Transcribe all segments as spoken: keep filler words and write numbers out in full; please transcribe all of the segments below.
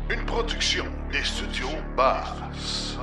Une production des studios Bass.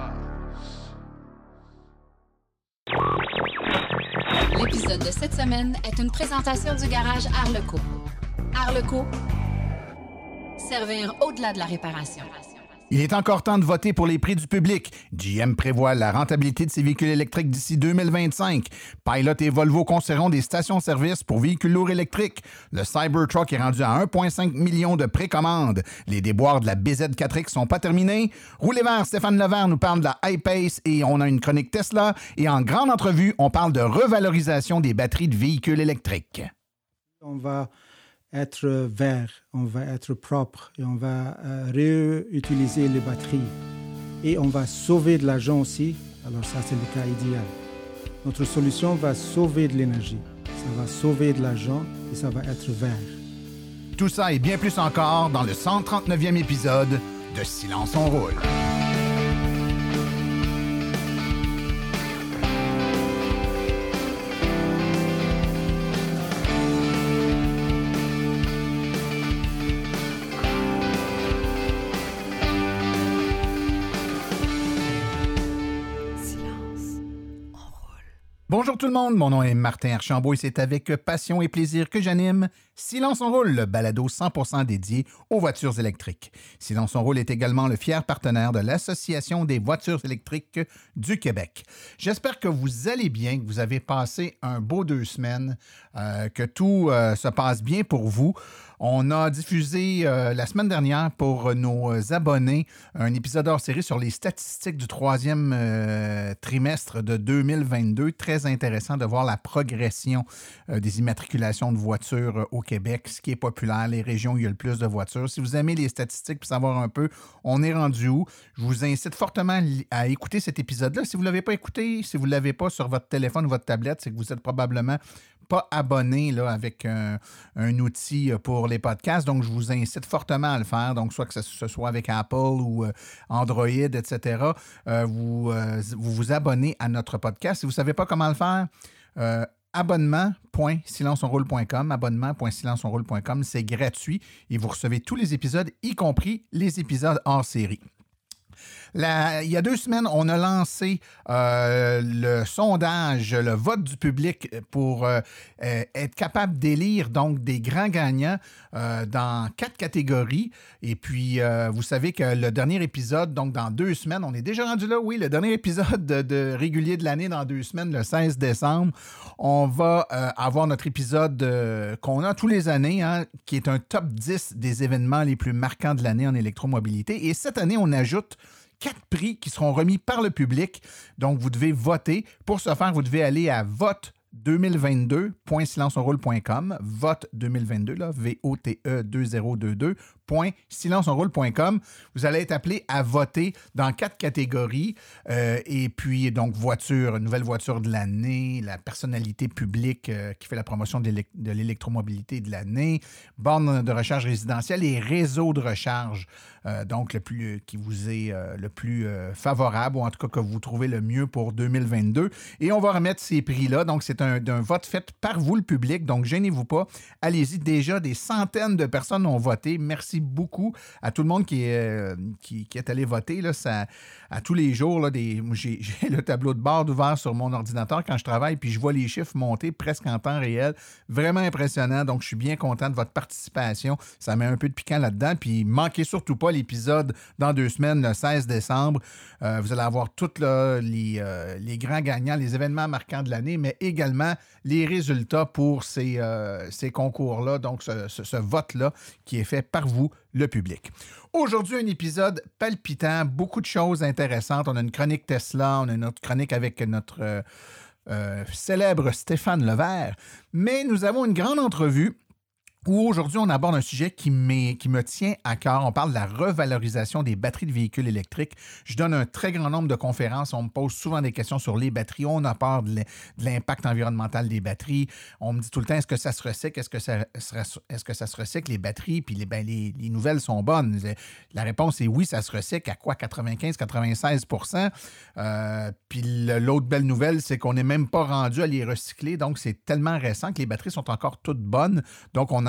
L'épisode de cette semaine est une présentation du garage Arleco. Arleco, servir au-delà de la réparation. Il est encore temps de voter pour les prix du public. G M prévoit la rentabilité de ses véhicules électriques d'ici deux mille vingt-cinq. Pilot et Volvo construiront des stations-service pour véhicules lourds électriques. Le Cybertruck est rendu à un virgule cinq million de précommandes. Les déboires de la B Z quatre X sont pas terminés. Roulez vert, Stéphane Levert nous parle de la I-Pace et on a une chronique Tesla. Et en grande entrevue, on parle de revalorisation des batteries de véhicules électriques. On va être vert, on va être propre et on va euh, réutiliser les batteries. Et on va sauver de l'argent aussi. Alors ça, c'est le cas idéal. Notre solution va sauver de l'énergie. Ça va sauver de l'argent et ça va être vert. Tout ça et bien plus encore dans le cent trente-neuvième épisode de Silence on roule. Bonjour tout le monde, mon nom est Martin Archambault et c'est avec passion et plaisir que j'anime Silence on roule, le balado cent pour cent dédié aux voitures électriques. Silence on roule est également le fier partenaire de l'Association des voitures électriques du Québec. J'espère que vous allez bien, que vous avez passé un beau deux semaines, euh, que tout euh, se passe bien pour vous. On a diffusé euh, la semaine dernière pour nos abonnés un épisode hors série sur les statistiques du troisième euh, trimestre de deux mille vingt-deux. Très intéressant de voir la progression euh, des immatriculations de voitures euh, au Québec, ce qui est populaire, les régions où il y a le plus de voitures. Si vous aimez les statistiques pour savoir un peu, on est rendu où, je vous incite fortement à écouter cet épisode-là. Si vous ne l'avez pas écouté, si vous ne l'avez pas sur votre téléphone ou votre tablette, c'est que vous êtes probablement pas abonné là, avec un, un outil pour les podcasts. Donc, je vous incite fortement à le faire. Donc, soit que ce, ce soit avec Apple ou euh, Android, et cetera. Euh, vous, euh, vous vous abonnez à notre podcast. Si vous ne savez pas comment le faire, euh, abonnement point silence on roule point com, abonnement point silence on roule point com, c'est gratuit et vous recevez tous les épisodes, y compris les épisodes hors série. La, il y a deux semaines, on a lancé euh, le sondage, le vote du public pour euh, être capable d'élire donc des grands gagnants euh, dans quatre catégories. Et puis, euh, vous savez que le dernier épisode, donc dans deux semaines, on est déjà rendu là, oui, le dernier épisode de, de régulier de l'année dans deux semaines, le seize décembre, on va euh, avoir notre épisode euh, qu'on a tous les années, hein, qui est un top dix des événements les plus marquants de l'année en électromobilité. Et cette année, on ajoute quatre prix qui seront remis par le public. Donc, vous devez voter. Pour ce faire, vous devez aller à vote deux mille vingt-deux point silence on roule point com, vote deux mille vingt-deux, là, V O T E deux zéro deux deux, point silence on roule point com. Vous allez être appelé à voter dans quatre catégories. Euh, et puis, donc, voiture, nouvelle voiture de l'année, la personnalité publique euh, qui fait la promotion de, l'élect- de l'électromobilité de l'année, borne de recharge résidentielle et réseau de recharge. Euh, donc, le plus, qui vous est euh, le plus euh, favorable, ou en tout cas que vous trouvez le mieux pour deux mille vingt-deux. Et on va remettre ces prix-là. Donc, c'est un, un vote fait par vous, le public. Donc, gênez-vous pas. Allez-y. Déjà, des centaines de personnes ont voté. Merci beaucoup à tout le monde qui est, euh, qui, qui est allé voter. Là, ça, à tous les jours, là, des, j'ai, j'ai le tableau de bord ouvert sur mon ordinateur quand je travaille, puis je vois les chiffres monter presque en temps réel. Vraiment impressionnant. Donc, je suis bien content de votre participation. Ça met un peu de piquant là-dedans. Puis, manquez surtout pas l'épisode dans deux semaines, le seize décembre. Euh, vous allez avoir tous les, euh, les grands gagnants, les événements marquants de l'année, mais également les résultats pour ces, euh, ces concours-là, donc ce, ce, ce vote-là qui est fait par vous, le public. Aujourd'hui, un épisode palpitant, beaucoup de choses intéressantes. On a une chronique Tesla, on a une autre chronique avec notre euh, euh, célèbre Stéphane Levert, mais nous avons une grande entrevue où aujourd'hui, on aborde un sujet qui, qui me tient à cœur. On parle de la revalorisation des batteries de véhicules électriques. Je donne un très grand nombre de conférences. On me pose souvent des questions sur les batteries. On a peur de l'impact environnemental des batteries. On me dit tout le temps, est-ce que ça se recycle? Est-ce que ça, est-ce que ça se recycle, les batteries? Puis les, ben, les, les nouvelles sont bonnes. La réponse est oui, ça se recycle. À quoi? quatre-vingt-quinze à quatre-vingt-seize pour cent. Euh, puis l'autre belle nouvelle, c'est qu'on n'est même pas rendu à les recycler. Donc, c'est tellement récent que les batteries sont encore toutes bonnes. Donc, on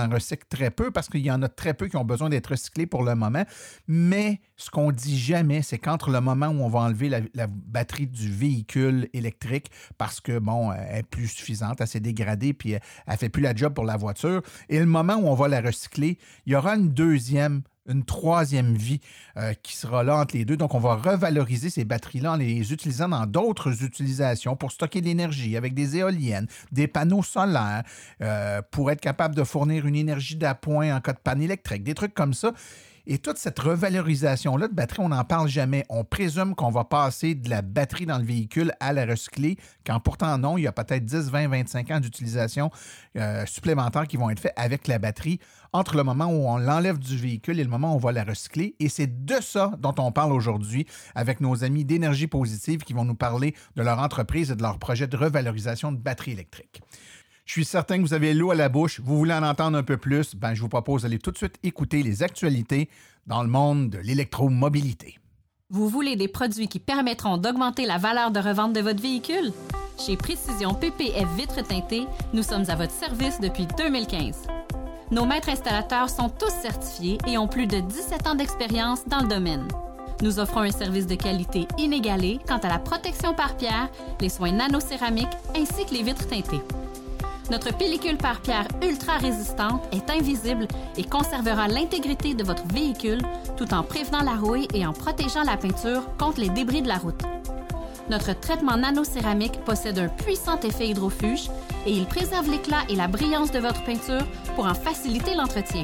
en recycle très peu parce qu'il y en a très peu qui ont besoin d'être recyclés pour le moment. Mais ce qu'on dit jamais, c'est qu'entre le moment où on va enlever la, la batterie du véhicule électrique parce que, bon, elle est plus suffisante, elle s'est dégradée puis elle ne fait plus la job pour la voiture, et le moment où on va la recycler, il y aura une deuxième une troisième vie euh, qui sera là entre les deux. Donc, on va revaloriser ces batteries-là en les utilisant dans d'autres utilisations pour stocker de l'énergie avec des éoliennes, des panneaux solaires, euh, pour être capable de fournir une énergie d'appoint en cas de panne électrique, des trucs comme ça. Et toute cette revalorisation-là de batterie, on n'en parle jamais. On présume qu'on va passer de la batterie dans le véhicule à la recycler, quand pourtant non, il y a peut-être dix, vingt, vingt-cinq ans d'utilisation euh, supplémentaires qui vont être faits avec la batterie entre le moment où on l'enlève du véhicule et le moment où on va la recycler. Et c'est de ça dont on parle aujourd'hui avec nos amis d'Énergie Positive qui vont nous parler de leur entreprise et de leur projet de revalorisation de batteries électriques. Je suis certain que vous avez l'eau à la bouche. Vous voulez en entendre un peu plus? Ben, je vous propose d'aller tout de suite écouter les actualités dans le monde de l'électromobilité. Vous voulez des produits qui permettront d'augmenter la valeur de revente de votre véhicule? Chez Précision P P F Vitres teintées, nous sommes à votre service depuis deux mille quinze. Nos maîtres installateurs sont tous certifiés et ont plus de dix-sept ans d'expérience dans le domaine. Nous offrons un service de qualité inégalé quant à la protection par pierre, les soins nanocéramiques ainsi que les vitres teintées. Notre pellicule par pierre ultra résistante est invisible et conservera l'intégrité de votre véhicule tout en prévenant la rouille et en protégeant la peinture contre les débris de la route. Notre traitement nanocéramique possède un puissant effet hydrofuge et il préserve l'éclat et la brillance de votre peinture pour en faciliter l'entretien.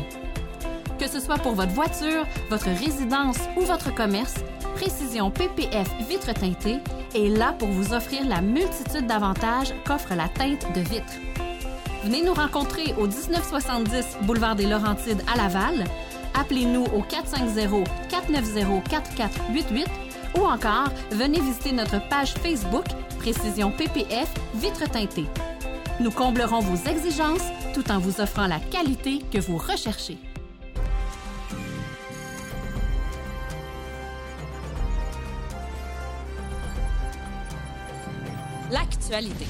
Que ce soit pour votre voiture, votre résidence ou votre commerce, Précision P P F Vitres teintées est là pour vous offrir la multitude d'avantages qu'offre la teinte de vitre. Venez nous rencontrer au dix-neuf soixante-dix Boulevard des Laurentides à Laval. Appelez-nous au quatre cinq zéro, quatre neuf zéro, quatre quatre huit huit ou encore venez visiter notre page Facebook Précision P P F Vitres teintées. Nous comblerons vos exigences tout en vous offrant la qualité que vous recherchez. L'actualité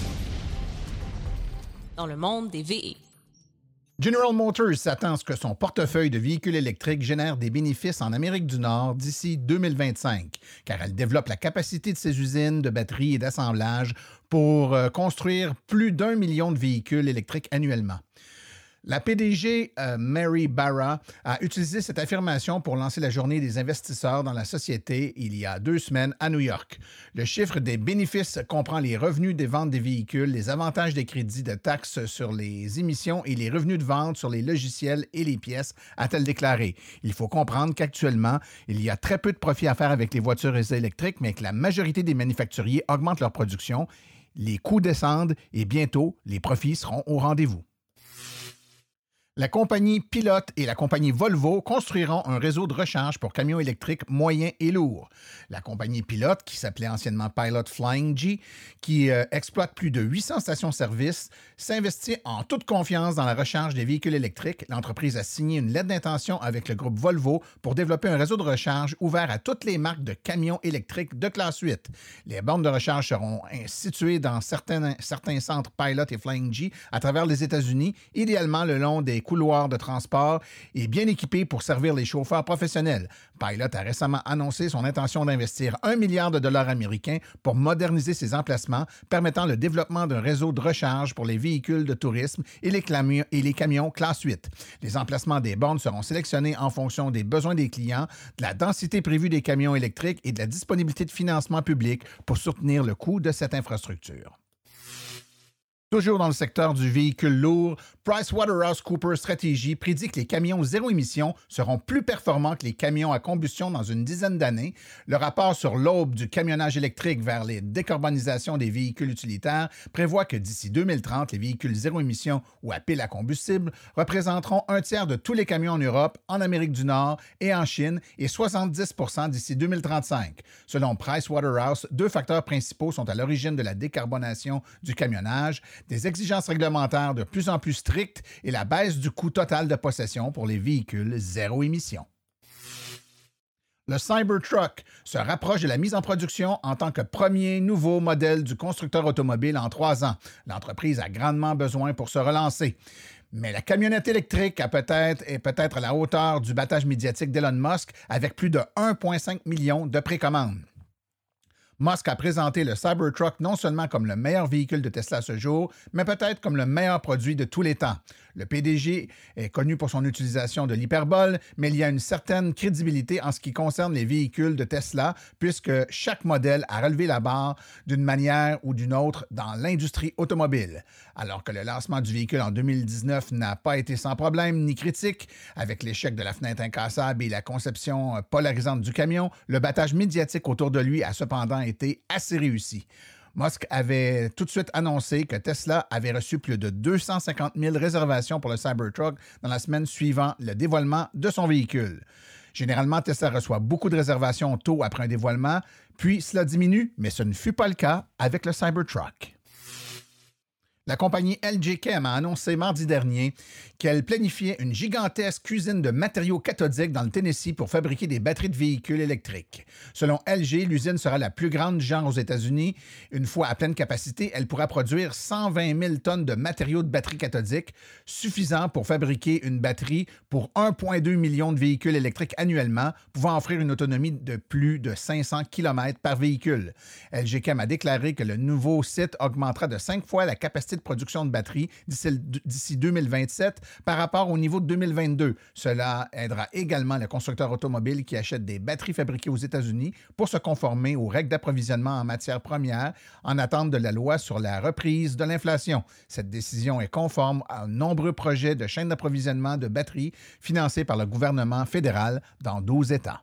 dans le monde des V E. General Motors s'attend à ce que son portefeuille de véhicules électriques génère des bénéfices en Amérique du Nord d'ici deux mille vingt-cinq, car elle développe la capacité de ses usines de batteries et d'assemblage pour euh, construire plus d'un million de véhicules électriques annuellement. La P D G euh, Mary Barra a utilisé cette affirmation pour lancer la journée des investisseurs dans la société il y a deux semaines à New York. Le chiffre des bénéfices comprend les revenus des ventes des véhicules, les avantages des crédits de taxes sur les émissions et les revenus de vente sur les logiciels et les pièces, a-t-elle déclaré. Il faut comprendre qu'actuellement, il y a très peu de profits à faire avec les voitures électriques, mais que la majorité des manufacturiers augmentent leur production, les coûts descendent et bientôt, les profits seront au rendez-vous. La compagnie Pilote et la compagnie Volvo construiront un réseau de recharge pour camions électriques moyens et lourds. La compagnie Pilote, qui s'appelait anciennement Pilot Flying J, qui euh, exploite plus de huit cents stations-service, s'investit en toute confiance dans la recharge des véhicules électriques. L'entreprise a signé une lettre d'intention avec le groupe Volvo pour développer un réseau de recharge ouvert à toutes les marques de camions électriques de classe huit. Les bornes de recharge seront situées dans certains, certains centres Pilot et Flying J à travers les États-Unis, idéalement le long des couloirs de transport et bien équipés pour servir les chauffeurs professionnels. Pilot a récemment annoncé son intention d'investir un milliard de dollars américains pour moderniser ses emplacements, permettant le développement d'un réseau de recharge pour les véhicules de tourisme et les, camions, et les camions classe huit. Les emplacements des bornes seront sélectionnés en fonction des besoins des clients, de la densité prévue des camions électriques et de la disponibilité de financement public pour soutenir le coût de cette infrastructure. Toujours dans le secteur du véhicule lourd, PricewaterhouseCoopers Stratégie prédit que les camions zéro émission seront plus performants que les camions à combustion dans une dizaine d'années. Le rapport sur l'aube du camionnage électrique vers les décarbonisations des véhicules utilitaires prévoit que d'ici deux mille trente, les véhicules zéro émission ou à pile à combustible représenteront un tiers de tous les camions en Europe, en Amérique du Nord et en Chine et soixante-dix pour cent d'ici deux mille trente-cinq. Selon Pricewaterhouse, deux facteurs principaux sont à l'origine de la décarbonation du camionnage: des exigences réglementaires de plus en plus strictes et la baisse du coût total de possession pour les véhicules zéro émission. Le Cybertruck se rapproche de la mise en production en tant que premier nouveau modèle du constructeur automobile en trois ans. L'entreprise a grandement besoin pour se relancer. Mais la camionnette électrique a peut-être, est peut-être à la hauteur du battage médiatique d'Elon Musk avec plus de un virgule cinq million de précommandes. Musk a présenté le Cybertruck non seulement comme le meilleur véhicule de Tesla à ce jour, mais peut-être comme le meilleur produit de tous les temps. Le P D G est connu pour son utilisation de l'hyperbole, mais il y a une certaine crédibilité en ce qui concerne les véhicules de Tesla, puisque chaque modèle a relevé la barre d'une manière ou d'une autre dans l'industrie automobile. Alors que le lancement du véhicule en deux mille dix-neuf n'a pas été sans problème ni critique, avec l'échec de la fenêtre incassable et la conception polarisante du camion, le battage médiatique autour de lui a cependant été assez réussi. Musk avait tout de suite annoncé que Tesla avait reçu plus de deux cent cinquante mille réservations pour le Cybertruck dans la semaine suivant le dévoilement de son véhicule. Généralement, Tesla reçoit beaucoup de réservations tôt après un dévoilement, puis cela diminue, mais ce ne fut pas le cas avec le Cybertruck. La compagnie L G Chem a annoncé mardi dernier qu'elle planifiait une gigantesque usine de matériaux cathodiques dans le Tennessee pour fabriquer des batteries de véhicules électriques. Selon L G, l'usine sera la plus grande du genre aux États-Unis. Une fois à pleine capacité, elle pourra produire cent vingt mille tonnes de matériaux de batteries cathodiques, suffisant pour fabriquer une batterie pour un virgule deux million de véhicules électriques annuellement, pouvant offrir une autonomie de plus de cinq cents kilomètres par véhicule. L G Chem a déclaré que le nouveau site augmentera de cinq fois la capacité de production de batteries d'ici, d'ici deux mille vingt-sept par rapport au niveau de deux mille vingt-deux. Cela aidera également le constructeur automobile qui achète des batteries fabriquées aux États-Unis pour se conformer aux règles d'approvisionnement en matières premières en attente de la loi sur la reprise de l'inflation. Cette décision est conforme à nombreux projets de chaînes d'approvisionnement de batteries financés par le gouvernement fédéral dans douze États.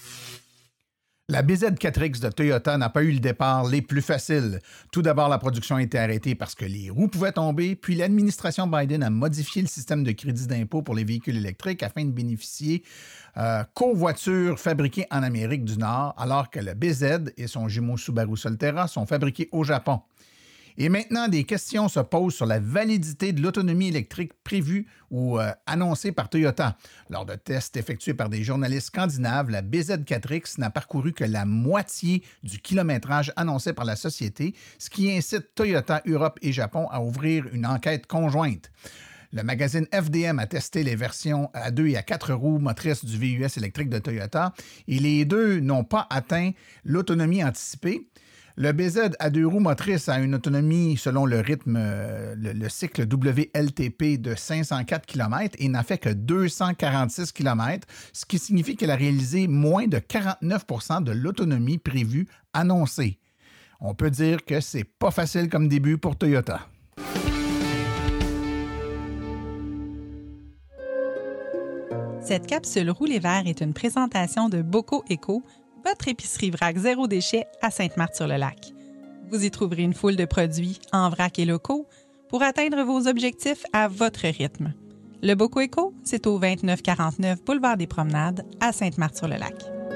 La B Z quatre X de Toyota n'a pas eu le départ les plus faciles. Tout d'abord, la production a été arrêtée parce que les roues pouvaient tomber, puis l'administration Biden a modifié le système de crédit d'impôt pour les véhicules électriques afin de bénéficier euh, qu'aux voitures fabriquées en Amérique du Nord, alors que le B Z et son jumeau Subaru Solterra sont fabriqués au Japon. Et maintenant, des questions se posent sur la validité de l'autonomie électrique prévue ou euh, annoncée par Toyota. Lors de tests effectués par des journalistes scandinaves, la B Z quatre X n'a parcouru que la moitié du kilométrage annoncé par la société, ce qui incite Toyota Europe et Japon à ouvrir une enquête conjointe. Le magazine F D M a testé les versions à deux et à quatre roues motrices du V U S électrique de Toyota et les deux n'ont pas atteint l'autonomie anticipée. Le B Z à deux roues motrices a une autonomie selon le rythme, euh, le, le cycle W L T P de cinq cent quatre kilomètres et n'a fait que deux cent quarante-six kilomètres, ce qui signifie qu'elle a réalisé moins de quarante-neuf pour cent de l'autonomie prévue annoncée. On peut dire que c'est pas facile comme début pour Toyota. Cette capsule Roulez Vert est une présentation de Boco Éco, votre épicerie vrac zéro déchet à Sainte-Marthe-sur-le-Lac. Vous y trouverez une foule de produits en vrac et locaux pour atteindre vos objectifs à votre rythme. Le Boco Éco, c'est au vingt-neuf quarante-neuf Boulevard des Promenades à Sainte-Marthe-sur-le-Lac.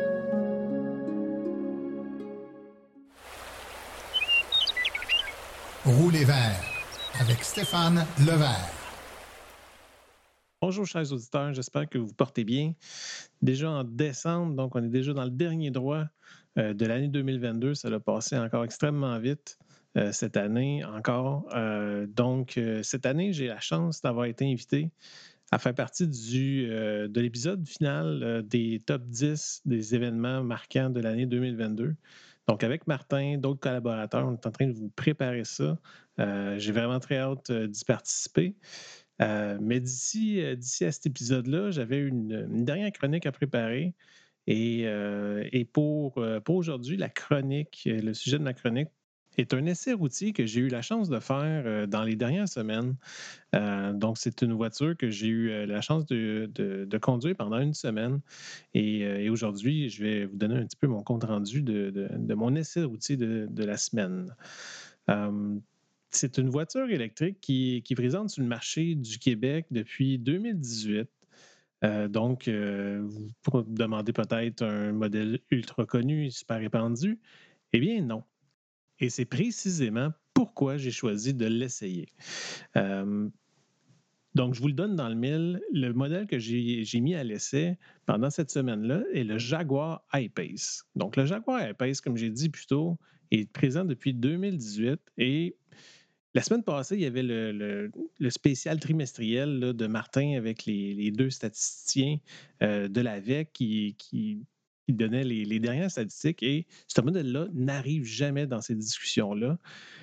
Roulez Vert avec Stéphane Levert. Bonjour chers auditeurs, j'espère que vous portez bien. Déjà en décembre, donc on est déjà dans le dernier droit euh, de l'année deux mille vingt-deux. Ça a passé encore extrêmement vite euh, cette année encore. Euh, donc euh, cette année, j'ai la chance d'avoir été invité à faire partie du, euh, de l'épisode final euh, des top dix des événements marquants de l'année deux mille vingt-deux. Donc avec Martin, d'autres collaborateurs, on est en train de vous préparer ça. Euh, j'ai vraiment très hâte euh, d'y participer. Euh, mais d'ici, euh, d'ici à cet épisode-là, j'avais une, une dernière chronique à préparer. Et, euh, et pour, euh, pour aujourd'hui, la chronique, le sujet de ma chronique est un essai routier que j'ai eu la chance de faire euh, dans les dernières semaines. Euh, donc, c'est une voiture que j'ai eu euh, la chance de, de, de conduire pendant une semaine. Et, euh, et aujourd'hui, je vais vous donner un petit peu mon compte-rendu de, de, de mon essai routier de, de la semaine. Euh, C'est une voiture électrique qui, qui est présente sur le marché du Québec depuis deux mille dix-huit. Euh, donc, euh, vous vous demandez peut-être un modèle ultra connu, super répandu. Eh bien, non. Et c'est précisément pourquoi j'ai choisi de l'essayer. Euh, donc, je vous le donne dans le mille. Le modèle que j'ai, j'ai mis à l'essai pendant cette semaine-là est le Jaguar I-Pace. Donc, le Jaguar I-Pace, comme j'ai dit plus tôt, est présent depuis deux mille dix-huit et la semaine passée, il y avait le, le- le spécial trimestriel là, de Martin avec les, les deux statisticiens euh, de l'A V E C qui, qui, qui donnaient les, les dernières statistiques. Et ce modèle-là n'arrive jamais dans ces discussions-là.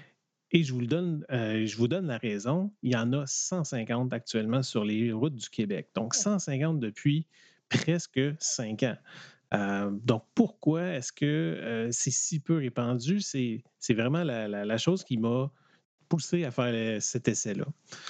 Et je vous, le donne, euh, je vous donne la raison. Il y en a cent cinquante actuellement sur les routes du Québec. Donc, cent cinquante depuis presque cinq ans. Euh, donc, pourquoi est-ce que euh, c'est si peu répandu? C'est, c'est vraiment la, la- la chose qui m'a poussé à faire le- cet essai-là.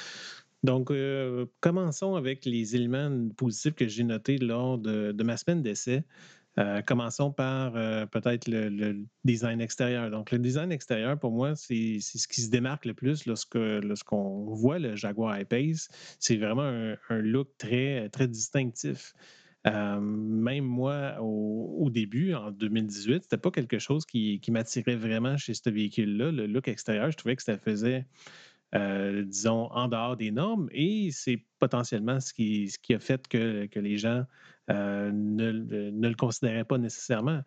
Donc, euh, commençons avec les éléments positifs que j'ai notés lors de, de ma semaine d'essai. Euh, commençons par euh, peut-être le, le design extérieur. Donc, le design extérieur, pour moi, c'est, c'est ce qui se démarque le plus lorsque, lorsqu'on voit le Jaguar I-Pace. C'est vraiment un, un look très, très distinctif. Euh, même moi, au, au début, en deux mille dix-huit, c'était pas quelque chose qui, qui m'attirait vraiment chez ce véhicule-là. Le look extérieur, je trouvais que ça faisait, euh, disons, en dehors des normes et c'est potentiellement ce qui, ce qui a fait que, que les gens euh, ne, ne le considéraient pas nécessairement.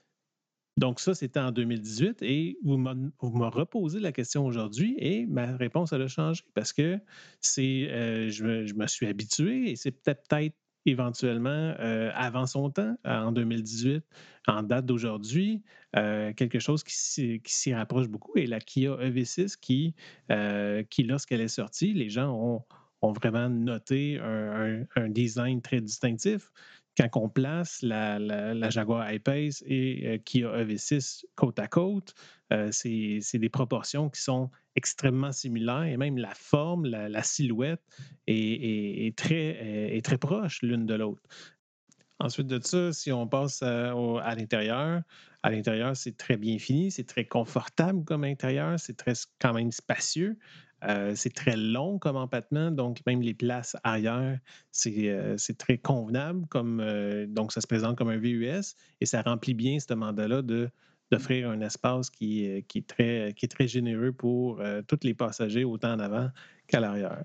Donc, ça, c'était en deux mille dix-huit et vous m'a- vous me reposez la question aujourd'hui et ma réponse, elle a changé parce que c'est, euh, je, me, je me suis habitué et c'est peut-être, peut-être éventuellement euh, avant son temps, en deux mille dix-huit, en date d'aujourd'hui, euh, quelque chose qui, s'y- qui s'y rapproche beaucoup et la Kia E V six qui, euh, qui lorsqu'elle est sortie, les gens ont, ont vraiment noté un, un- un design très distinctif quand on place la, la- la Jaguar I-Pace et euh, Kia E V six côte à côte, euh, c'est, c'est des proportions qui sont extrêmement similaires et même la forme, la, la silhouette est, est- est très, est, est très proche l'une de l'autre. Ensuite de ça, si on passe à, au- à l'intérieur, à l'intérieur, c'est très bien fini, c'est très confortable comme intérieur, c'est très quand même spacieux. Euh, c'est très long comme empattement, donc même les places arrière, c'est euh, c'est très convenable. Comme, euh, donc, ça se présente comme un V U S et ça remplit bien ce mandat-là de, d'offrir un espace qui, euh, qui, est très, qui est très généreux pour euh, tous les passagers, autant en avant qu'à l'arrière.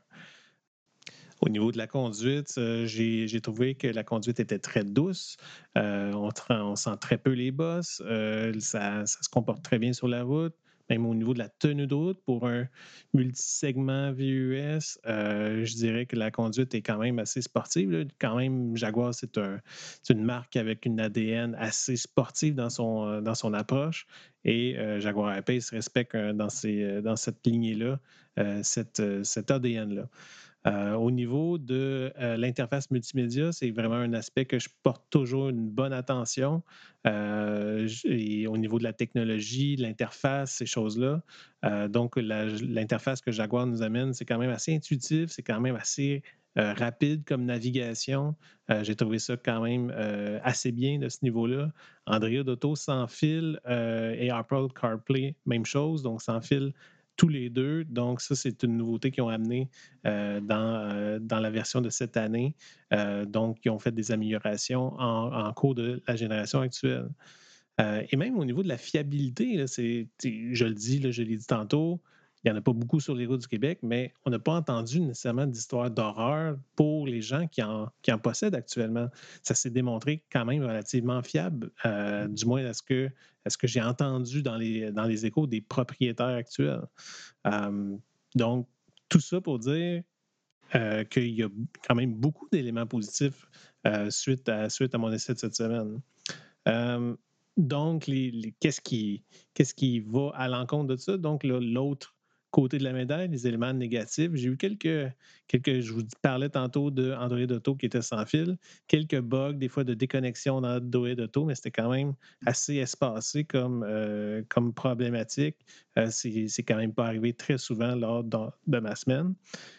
Au niveau de la conduite, euh, j'ai, j'ai trouvé que la conduite était très douce. Euh, on, tra- on sent très peu les bosses. Euh, ça, ça se comporte très bien sur la route. Même au niveau de la tenue de route, pour un multisegment V U S, euh, je dirais que la conduite est quand même assez sportive, là. Quand même, Jaguar, c'est, un, c'est une marque avec une A D N assez sportive dans son, euh, dans son approche. Et euh, Jaguar I-Pace respecte euh, dans, ces, euh, dans cette lignée-là euh, cette, euh, cette A D N-là. Euh, au niveau de euh, l'interface multimédia, c'est vraiment un aspect que je porte toujours une bonne attention. Euh, et au niveau de la technologie, de l'interface, ces choses-là. Euh, donc, la- l'interface que Jaguar nous amène, c'est quand même assez intuitif, c'est quand même assez euh, rapide comme navigation. Euh, j'ai trouvé ça quand même euh, assez bien de ce niveau-là. Android Auto sans fil euh, et Apple CarPlay, même chose, donc sans fil tous les deux. Donc, ça, c'est une nouveauté qu'ils ont amenée euh, dans, euh, dans la version de cette année. Euh, donc, ils ont fait des améliorations en, en cours de la génération actuelle. Euh, et même au niveau de la fiabilité, là, c'est, je le dis, là, je l'ai dit tantôt, il n'y en a pas beaucoup sur les routes du Québec, mais on n'a pas entendu nécessairement d'histoire d'horreur pour les gens qui en, qui en possèdent actuellement. Ça s'est démontré quand même relativement fiable, euh, du moins à ce que, à ce que j'ai entendu dans les, dans les échos des propriétaires actuels. Euh, donc, tout ça pour dire euh, qu'il y a quand même beaucoup d'éléments positifs euh, suite, à, suite à mon essai de cette semaine. Euh, donc, les, les- qu'est-ce, qui, qu'est-ce qui va à l'encontre de ça? Donc, là, l'autre côté de la médaille, les éléments négatifs. J'ai eu quelques, quelques je vous parlais tantôt de Android Auto qui était sans fil, quelques bugs, des fois de déconnexion dans Android Auto, mais c'était quand même assez espacé comme, euh, comme problématique. Euh, c'est, c'est quand même pas arrivé très souvent lors de, de ma semaine.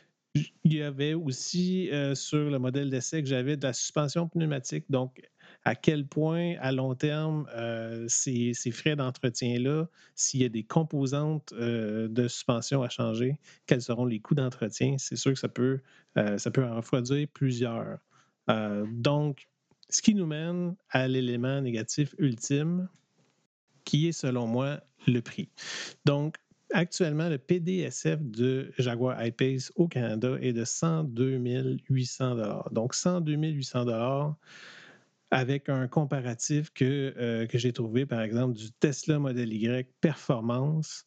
Il y avait aussi euh, sur le modèle d'essai que j'avais de la suspension pneumatique. Donc, à quel point, à long terme, euh, ces, ces frais d'entretien-là, s'il y a des composantes euh, de suspension à changer, quels seront les coûts d'entretien? C'est sûr que ça peut, euh, ça peut en refroidir plusieurs. Euh, donc, ce qui nous mène à l'élément négatif ultime, qui est, selon moi, le prix. Donc, actuellement, le P D S F de Jaguar I-Pace au Canada est de cent deux mille huit cents dollars. Donc, cent deux mille huit cents dollars avec un comparatif que, euh, que j'ai trouvé, par exemple, du Tesla Model Y Performance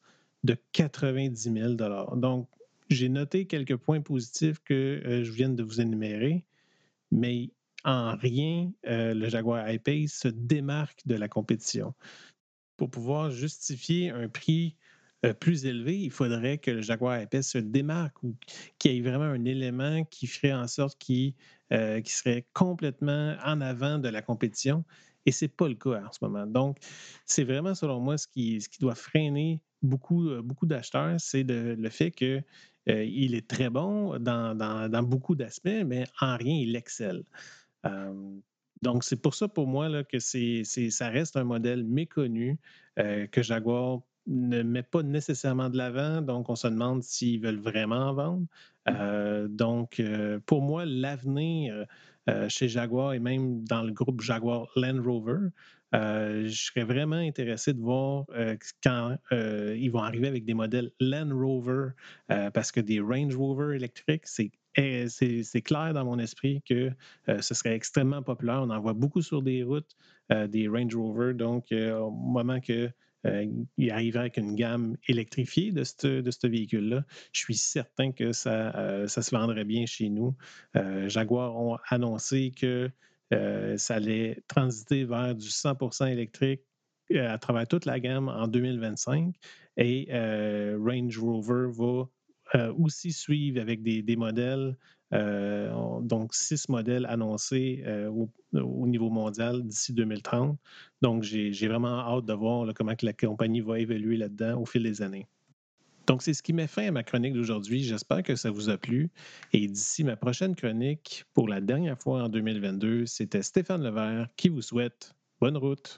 de quatre-vingt-dix mille dollars. Donc, j'ai noté quelques points positifs que euh, je viens de vous énumérer, mais en rien, euh, le Jaguar I-Pace se démarque de la compétition. Pour pouvoir justifier un prix euh, plus élevé, il faudrait que le Jaguar I-Pace se démarque ou qu'il y ait vraiment un élément qui ferait en sorte qu'il, euh, qu'il serait complètement en avant de la compétition. Et ce n'est pas le cas en ce moment. Donc, c'est vraiment, selon moi, ce qui, ce qui doit freiner beaucoup, beaucoup d'acheteurs, c'est de, le fait qu'il euh, est très bon dans, dans, dans beaucoup d'aspects, mais en rien, il excelle. Euh, donc, c'est pour ça, pour moi, là, que c'est, c'est, ça reste un modèle méconnu euh, que Jaguar ne met pas nécessairement de l'avant. Donc, on se demande s'ils veulent vraiment en vendre. Euh, donc, euh, pour moi, l'avenir euh, chez Jaguar et même dans le groupe Jaguar Land Rover, euh, je serais vraiment intéressé de voir euh, quand euh, ils vont arriver avec des modèles Land Rover, euh, parce que des Range Rover électriques, c'est Et c'est, c'est clair dans mon esprit que euh, ce serait extrêmement populaire. On en voit beaucoup sur des routes, euh, des Range Rover. Donc, euh, au moment qu'il euh, arriverait avec une gamme électrifiée de ce de ce véhicule-là, je suis certain que ça, euh, ça se vendrait bien chez nous. Euh, Jaguar ont annoncé que euh, ça allait transiter vers du cent pour cent électrique euh, à travers toute la gamme en deux mille vingt-cinq. Et euh, Range Rover va Euh, aussi suivre avec des, des modèles, euh, donc six modèles annoncés euh, au, au niveau mondial d'ici deux mille trente. Donc, j'ai, j'ai vraiment hâte de voir là, comment que la compagnie va évoluer là-dedans au fil des années. Donc, c'est ce qui met fin à ma chronique d'aujourd'hui. J'espère que ça vous a plu. Et d'ici ma prochaine chronique, pour la dernière fois en deux mille vingt-deux, c'était Stéphane Levert qui vous souhaite bonne route.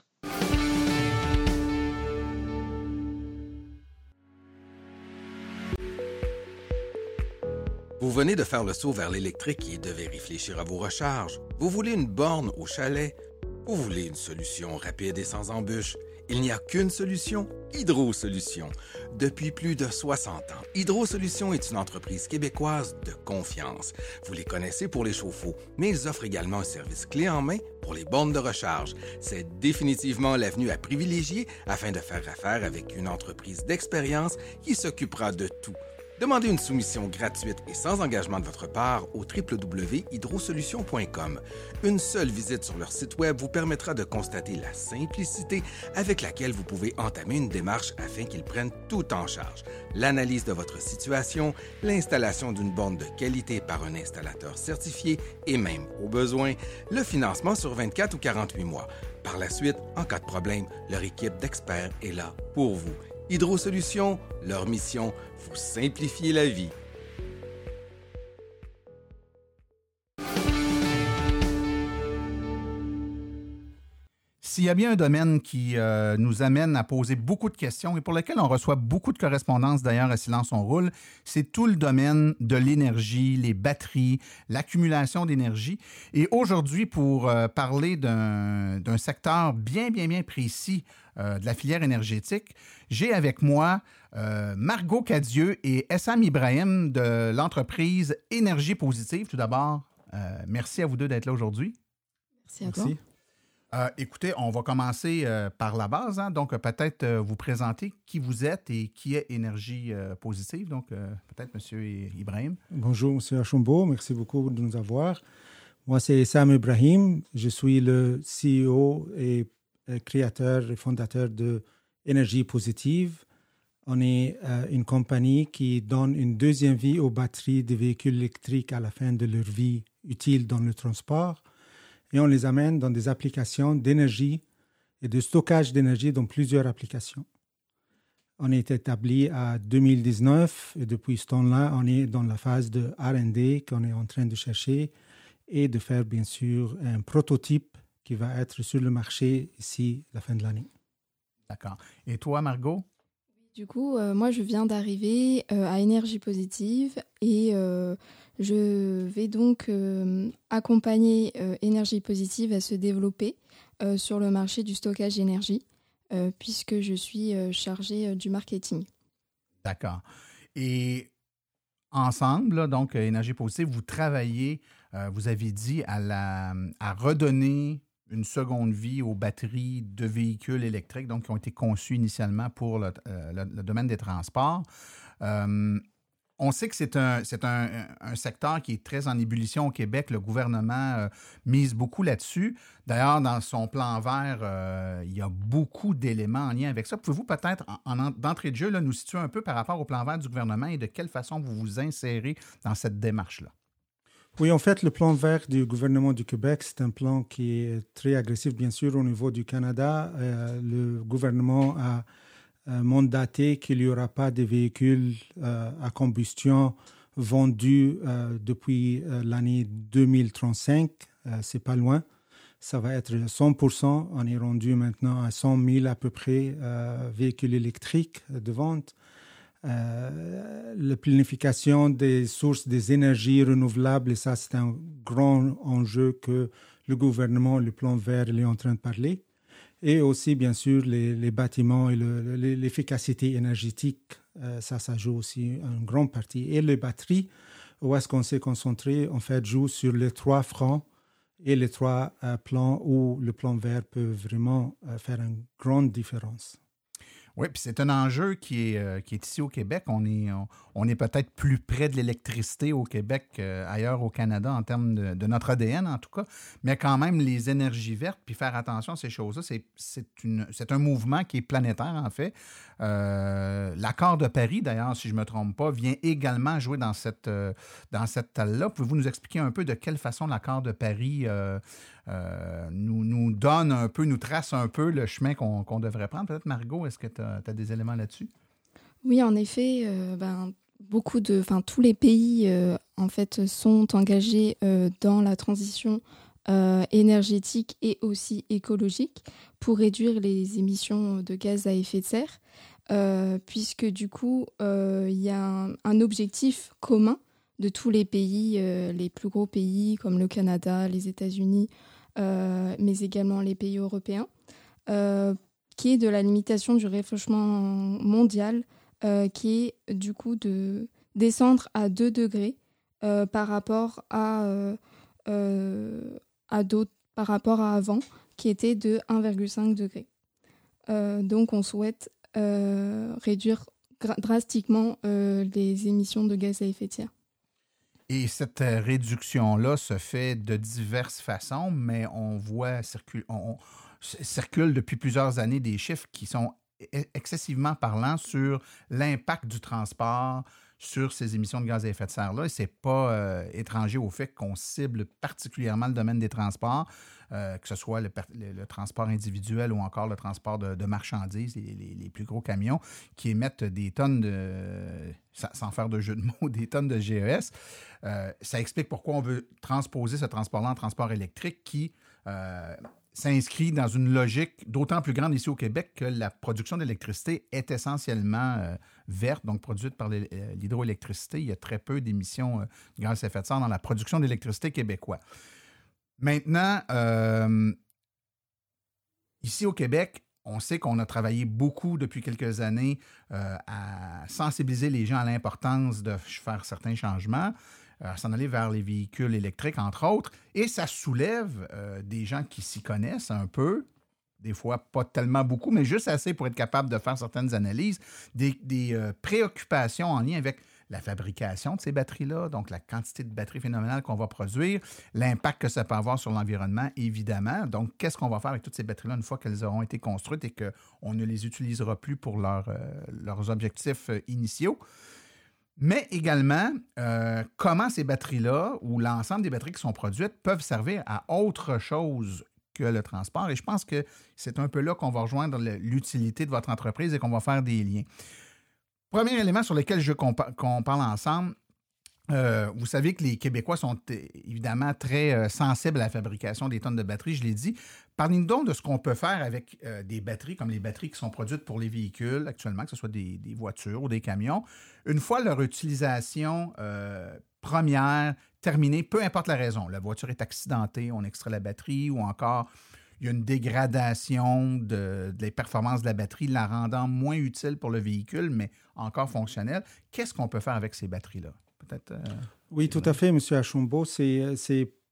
Vous venez de faire le saut vers l'électrique et devez réfléchir à vos recharges. Vous voulez une borne au chalet? Vous voulez une solution rapide et sans embûches? Il n'y a qu'une solution, Hydro Solutions. Depuis plus de soixante ans, Hydro Solutions est une entreprise québécoise de confiance. Vous les connaissez pour les chauffe-eau, mais ils offrent également un service clé en main pour les bornes de recharge. C'est définitivement l'avenue à privilégier afin de faire affaire avec une entreprise d'expérience qui s'occupera de tout. Demandez une soumission gratuite et sans engagement de votre part au w w w point hydrosolutions point com. Une seule visite sur leur site web vous permettra de constater la simplicité avec laquelle vous pouvez entamer une démarche afin qu'ils prennent tout en charge. L'analyse de votre situation, l'installation d'une borne de qualité par un installateur certifié et même, au besoin, le financement sur vingt-quatre ou quarante-huit mois. Par la suite, en cas de problème, leur équipe d'experts est là pour vous. Hydro Solutions, leur mission, vous simplifier la vie. S'il y a bien un domaine qui euh, nous amène à poser beaucoup de questions et pour lequel on reçoit beaucoup de correspondances d'ailleurs à Silence on roule, c'est tout le domaine de l'énergie, les batteries, l'accumulation d'énergie. Et aujourd'hui, pour euh, parler d'un, d'un secteur bien, bien, bien précis euh, de la filière énergétique, j'ai avec moi euh, Margot Cadieux et Essam Ibrahim de l'entreprise Énergie Positive. Tout d'abord, euh, merci à vous deux d'être là aujourd'hui. Merci à toi. Merci. Euh, écoutez, on va commencer euh, par la base. Hein? Donc, euh, peut-être euh, vous présenter qui vous êtes et qui est Énergie euh, Positive. Donc, euh, peut-être M. Ibrahim. Bonjour, M. Archambault. Merci beaucoup de nous avoir. Moi, c'est Essam Ibrahim. Je suis le C E O et créateur et fondateur de Énergie Positive. On est euh, une compagnie qui donne une deuxième vie aux batteries des véhicules électriques à la fin de leur vie utile dans le transport. Et on les amène dans des applications d'énergie et de stockage d'énergie dans plusieurs applications. On est établi à deux mille dix-neuf et depuis ce temps-là, on est dans la phase de R and D qu'on est en train de chercher et de faire bien sûr un prototype qui va être sur le marché ici la fin de l'année. D'accord. Et toi, Margot? Du coup, euh, moi, je viens d'arriver euh, à Énergie Positive et euh, je vais donc euh, accompagner euh, Énergie Positive à se développer euh, sur le marché du stockage d'énergie euh, puisque je suis euh, chargée euh, du marketing. D'accord. Et ensemble, là, donc Énergie Positive, vous travaillez, euh, vous avez dit, à, la, à redonner une seconde vie aux batteries de véhicules électriques, donc qui ont été conçues initialement pour le, euh, le, le domaine des transports. Euh, On sait que c'est un, c'est un, un secteur qui est très en ébullition au Québec. Le gouvernement euh, mise beaucoup là-dessus. D'ailleurs, dans son plan vert, euh, il y a beaucoup d'éléments en lien avec ça. Pouvez-vous peut-être, en, en, d'entrée de jeu, là, nous situer un peu par rapport au plan vert du gouvernement et de quelle façon vous vous insérez dans cette démarche-là? Oui, en fait, le plan vert du gouvernement du Québec, c'est un plan qui est très agressif, bien sûr, au niveau du Canada. Euh, le gouvernement a mandaté qu'il n'y aura pas de véhicules euh, à combustion vendus euh, depuis euh, l'année deux mille trente-cinq. Euh, c'est pas loin. Ça va être cent pour cent. On est rendu maintenant à cent mille à peu près euh, véhicules électriques de vente. Euh, la planification des sources des énergies renouvelables, et ça, c'est un grand enjeu que le gouvernement, le plan vert, est en train de parler. Et aussi, bien sûr, les, les bâtiments et le, l'efficacité énergétique, euh, ça, ça joue aussi une grande partie. Et les batteries, où est-ce qu'on s'est concentré, en fait, joue sur les trois fronts et les trois euh, plans où le plan vert peut vraiment euh, faire une grande différence. Oui, puis c'est un enjeu qui est, euh, qui est ici au Québec. On est, on, on est peut-être plus près de l'électricité au Québec qu'ailleurs au Canada en termes de, de notre A D N, en tout cas. Mais quand même, les énergies vertes, puis faire attention à ces choses-là, c'est, c'est, une, c'est un mouvement qui est planétaire, en fait. Euh, l'accord de Paris, d'ailleurs, si je ne me trompe pas, vient également jouer dans cette, euh, dans cette talle-là. Pouvez-vous nous expliquer un peu de quelle façon l'accord de Paris euh, euh, nous, nous donne un peu, nous trace un peu le chemin qu'on, qu'on devrait prendre? Peut-être, Margot, est-ce que tu as des éléments là-dessus? Oui, en effet, euh, ben, beaucoup de, enfin, tous les pays euh, en fait, sont engagés euh, dans la transition euh, énergétique et aussi écologique pour réduire les émissions de gaz à effet de serre, euh, puisque du coup, euh, il y a un, un objectif commun de tous les pays, euh, les plus gros pays comme le Canada, les États-Unis, euh, mais également les pays européens, euh, qui est de la limitation du réchauffement mondial, euh, qui est du coup de descendre à deux degrés euh, par rapport à, euh, euh, à d'autres, par rapport à avant, qui était de un virgule cinq degré. Euh, donc on souhaite euh, réduire gra- drastiquement euh, les émissions de gaz à effet de serre. Et cette réduction-là se fait de diverses façons, mais on voit circuler, on, on circule depuis plusieurs années des chiffres qui sont excessivement parlants sur l'impact du transport sur ces émissions de gaz à effet de serre-là. Et ce n'est pas euh, étranger au fait qu'on cible particulièrement le domaine des transports, euh, que ce soit le, le, le transport individuel ou encore le transport de, de marchandises, les, les, les plus gros camions qui émettent des tonnes de, sans faire de jeu de mots, des tonnes de G E S. Euh, ça explique pourquoi on veut transposer ce transport-là en transport électrique qui euh, s'inscrit dans une logique d'autant plus grande ici au Québec que la production d'électricité est essentiellement euh, verte, donc produite par les, euh, l'hydroélectricité. Il y a très peu d'émissions euh, de gaz à effet de serre dans la production d'électricité québécoise. Maintenant, euh, ici au Québec, on sait qu'on a travaillé beaucoup depuis quelques années euh, à sensibiliser les gens à l'importance de faire certains changements, à s'en aller vers les véhicules électriques, entre autres, et ça soulève euh, des gens qui s'y connaissent un peu, des fois pas tellement beaucoup, mais juste assez pour être capable de faire certaines analyses, des, des euh, préoccupations en lien avec la fabrication de ces batteries-là, donc la quantité de batteries phénoménales qu'on va produire, l'impact que ça peut avoir sur l'environnement, évidemment. Donc, qu'est-ce qu'on va faire avec toutes ces batteries-là une fois qu'elles auront été construites et qu'on ne les utilisera plus pour leur, euh, leurs objectifs euh, initiaux? Mais également, euh, comment ces batteries-là, ou l'ensemble des batteries qui sont produites, peuvent servir à autre chose que le transport. Et je pense que c'est un peu là qu'on va rejoindre l'utilité de votre entreprise et qu'on va faire des liens. Premier élément sur lequel je veux qu'on, qu'on parle ensemble, euh, vous savez que les Québécois sont évidemment très euh, sensibles à la fabrication des tonnes de batteries, je l'ai dit. Parlez-nous donc de ce qu'on peut faire avec euh, des batteries, comme les batteries qui sont produites pour les véhicules actuellement, que ce soit des, des voitures ou des camions. Une fois leur utilisation euh, première terminée, peu importe la raison, la voiture est accidentée, on extrait la batterie ou encore il y a une dégradation de, de les performances de la batterie, la rendant moins utile pour le véhicule, mais encore fonctionnelle. Qu'est-ce qu'on peut faire avec ces batteries-là? Peut-être. Euh, oui, tout à fait, M. Archambault. C'est, c'est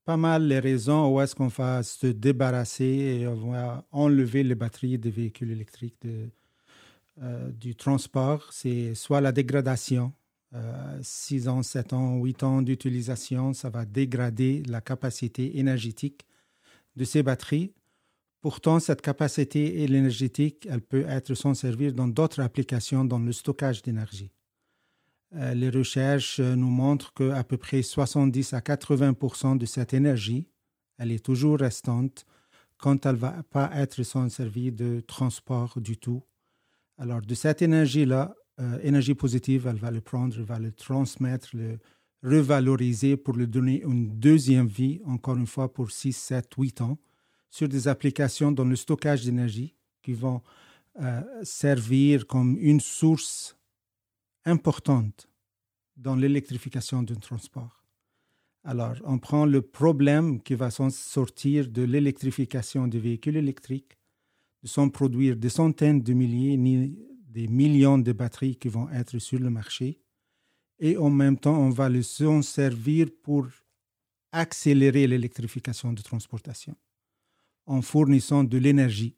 pas mal les raisons où est-ce qu'on va se débarrasser et on va enlever les batteries des véhicules électriques de, euh, du transport. C'est soit la dégradation, euh, six ans, sept ans, huit ans d'utilisation, ça va dégrader la capacité énergétique de ces batteries. Pourtant, cette capacité énergétique, elle peut être s'en servir dans d'autres applications dans le stockage d'énergie. Euh, les recherches nous montrent qu'à peu près soixante-dix à quatre-vingts pour cent de cette énergie, elle est toujours restante quand elle ne va pas être s'en servir de transport du tout. Alors, de cette énergie-là, euh, énergie positive, elle va le prendre, elle va le transmettre, le revaloriser pour lui donner une deuxième vie, encore une fois pour six, sept, huit ans, sur des applications dans le stockage d'énergie qui vont euh, servir comme une source importante dans l'électrification du transport. Alors, on prend le problème qui va s'en sortir de l'électrification des véhicules électriques, de s'en produire des centaines de milliers, ni des millions de batteries qui vont être sur le marché, et en même temps, on va le s'en servir pour accélérer l'électrification de transportation en fournissant de l'énergie.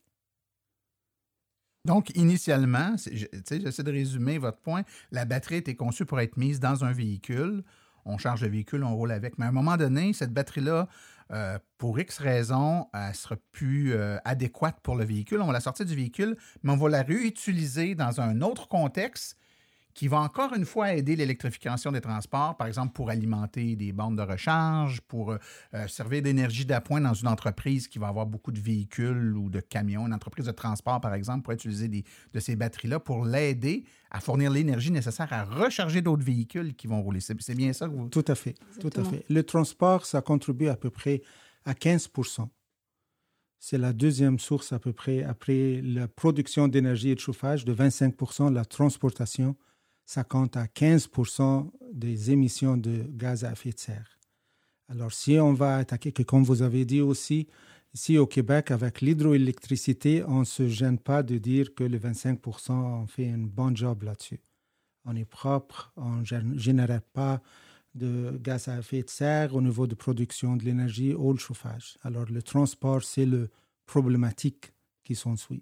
Donc, initialement, je, j'essaie de résumer votre point, la batterie était conçue pour être mise dans un véhicule. On charge le véhicule, on roule avec. Mais à un moment donné, cette batterie-là, euh, pour X raisons, elle ne sera plus euh, adéquate pour le véhicule. On va la sortir du véhicule, mais on va la réutiliser dans un autre contexte qui va encore une fois aider l'électrification des transports, par exemple pour alimenter des bornes de recharge, pour euh, servir d'énergie d'appoint dans une entreprise qui va avoir beaucoup de véhicules ou de camions, une entreprise de transport, par exemple, pour utiliser des, de ces batteries-là pour l'aider à fournir l'énergie nécessaire à recharger d'autres véhicules qui vont rouler. C'est, c'est bien ça que vous... Tout à fait, Exactement. tout à fait. Le transport, ça contribue à peu près à quinze pour cent. C'est la deuxième source à peu près après la production d'énergie et de chauffage de vingt-cinq pour cent, la transportation, ça compte à quinze pour cent des émissions de gaz à effet de serre. Alors, si on va attaquer, que comme vous avez dit aussi, ici au Québec, avec l'hydroélectricité, on ne se gêne pas de dire que les vingt-cinq pour cent, on fait un bon job là-dessus. On est propre, on ne génère pas de gaz à effet de serre au niveau de production de l'énergie ou le chauffage. Alors, le transport, c'est le problématique qui s'ensuit.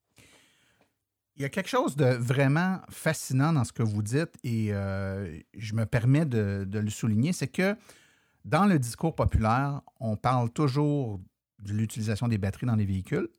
Il y a quelque chose de vraiment fascinant dans ce que vous dites et euh, je me permets de, de le souligner, c'est que dans le discours populaire, on parle toujours de l'utilisation des batteries dans les véhicules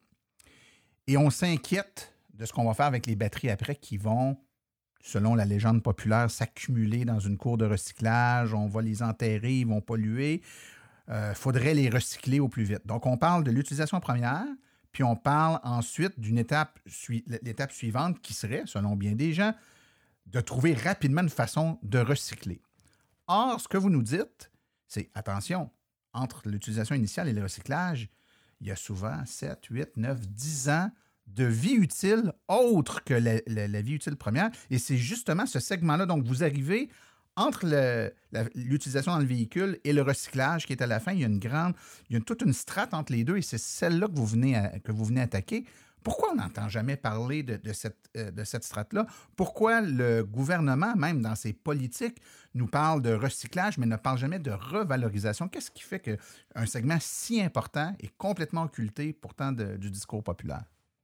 et on s'inquiète de ce qu'on va faire avec les batteries après qui vont, selon la légende populaire, s'accumuler dans une cour de recyclage, on va les enterrer, ils vont polluer, il euh, faudrait les recycler au plus vite. Donc, on parle de l'utilisation première. Puis on parle ensuite d'une étape, l'étape suivante qui serait, selon bien des gens, de trouver rapidement une façon de recycler. Or, ce que vous nous dites, c'est, attention, entre l'utilisation initiale et le recyclage, il y a souvent sept, huit, neuf, dix ans de vie utile autre que la, la, la vie utile première. Et c'est justement ce segment-là. Donc, vous arrivez entre le, la, l'utilisation dans le véhicule et le recyclage qui est à la fin, il y a une grande, il y a toute une strate entre les deux et c'est celle-là que vous venez, à, que vous venez attaquer. Pourquoi on n'entend jamais parler de, de cette, de cette strate-là? Pourquoi le gouvernement, même dans ses politiques, nous parle de recyclage, mais ne parle jamais de revalorisation? Qu'est-ce qui fait qu'un segment si important est complètement occulté pourtant de, du discours populaire?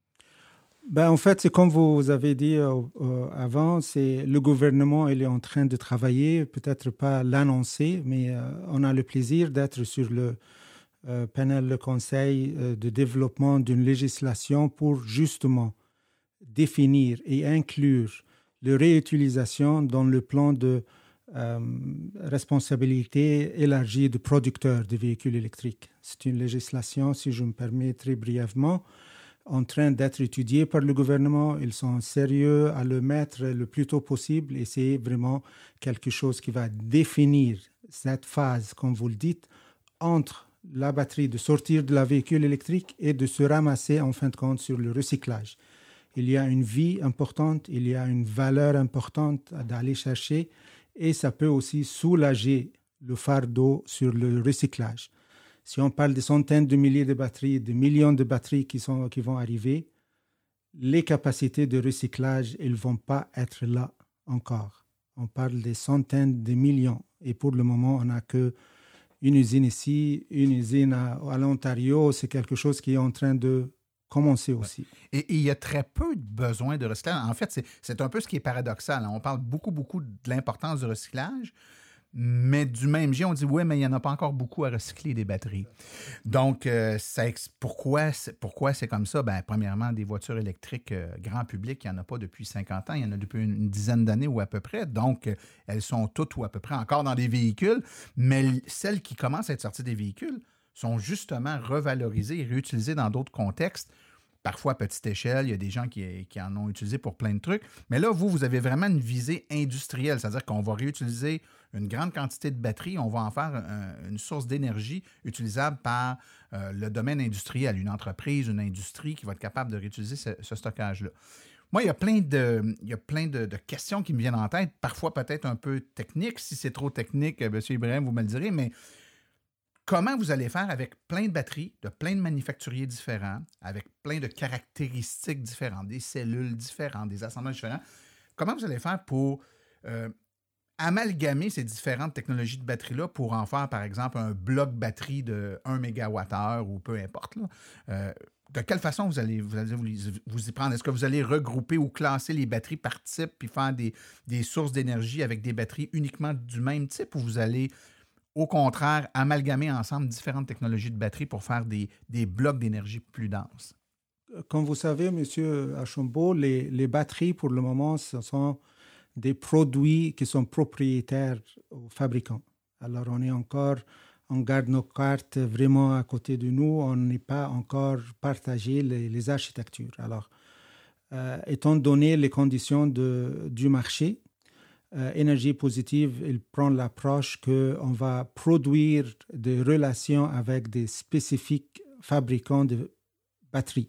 Ben, en fait, c'est comme vous avez dit euh, euh, avant, c'est le gouvernement il est en train de travailler, peut-être pas l'annoncer, mais euh, on a le plaisir d'être sur le euh, panel de conseil euh, de développement d'une législation pour justement définir et inclure la réutilisation dans le plan de euh, responsabilité élargie de producteurs de véhicules électriques. C'est une législation, si je me permets très brièvement, en train d'être étudiés par le gouvernement. Ils sont sérieux à le mettre le plus tôt possible et c'est vraiment quelque chose qui va définir cette phase, comme vous le dites, entre la batterie de sortir de la véhicule électrique et de se ramasser en fin de compte sur le recyclage. Il y a une vie importante, il y a une valeur importante d'aller chercher et ça peut aussi soulager le fardeau sur le recyclage. Si on parle de centaines de milliers de batteries, de millions de batteries qui, sont, qui vont arriver, les capacités de recyclage, elles ne vont pas être là encore. On parle des centaines de millions. Et pour le moment, on n'a qu'une une usine ici, une usine à, à l'Ontario. C'est quelque chose qui est en train de commencer aussi. Et, et il y a très peu de besoin de recyclage. En fait, c'est, c'est un peu ce qui est paradoxal. On parle beaucoup, beaucoup de l'importance du recyclage, mais du même jet, on dit, oui, mais il n'y en a pas encore beaucoup à recycler des batteries. Donc, euh, ça, pourquoi, c'est, pourquoi c'est comme ça? Bien, premièrement, des voitures électriques euh, grand public, il n'y en a pas depuis cinquante ans, il y en a depuis une, une dizaine d'années ou à peu près. Donc, euh, elles sont toutes ou à peu près encore dans des véhicules, mais celles qui commencent à être sorties des véhicules sont justement revalorisées et réutilisées dans d'autres contextes. Parfois à petite échelle, il y a des gens qui, qui en ont utilisé pour plein de trucs. Mais là, vous, vous avez vraiment une visée industrielle, c'est-à-dire qu'on va réutiliser une grande quantité de batteries, on va en faire un, une source d'énergie utilisable par euh, le domaine industriel, une entreprise, une industrie qui va être capable de réutiliser ce, ce stockage-là. Moi, il y a plein, de, il y a plein de, de questions qui me viennent en tête, parfois peut-être un peu techniques. Si c'est trop technique, M. Ibrahim, vous me le direz, mais comment vous allez faire avec plein de batteries, de plein de manufacturiers différents, avec plein de caractéristiques différentes, des cellules différentes, des assemblages différents, comment vous allez faire pour euh, amalgamer ces différentes technologies de batterie-là pour en faire, par exemple, un bloc batterie de un mégawattheure ou peu importe, là. Euh, de quelle façon vous allez, vous allez vous, vous y prendre? Est-ce que vous allez regrouper ou classer les batteries par type puis faire des, des sources d'énergie avec des batteries uniquement du même type ou vous allez, au contraire, amalgamer ensemble différentes technologies de batterie pour faire des, des blocs d'énergie plus denses? Comme vous savez, M. Archambault, les, les batteries, pour le moment, ce sont des produits qui sont propriétaires aux fabricants. Alors, on est encore, on garde nos cartes vraiment à côté de nous. On n'est pas encore partagé les, les architectures. Alors, euh, étant donné les conditions de, du marché, Euh, Énergie positive, il prend l'approche qu'on va produire des relations avec des spécifiques fabricants de batteries.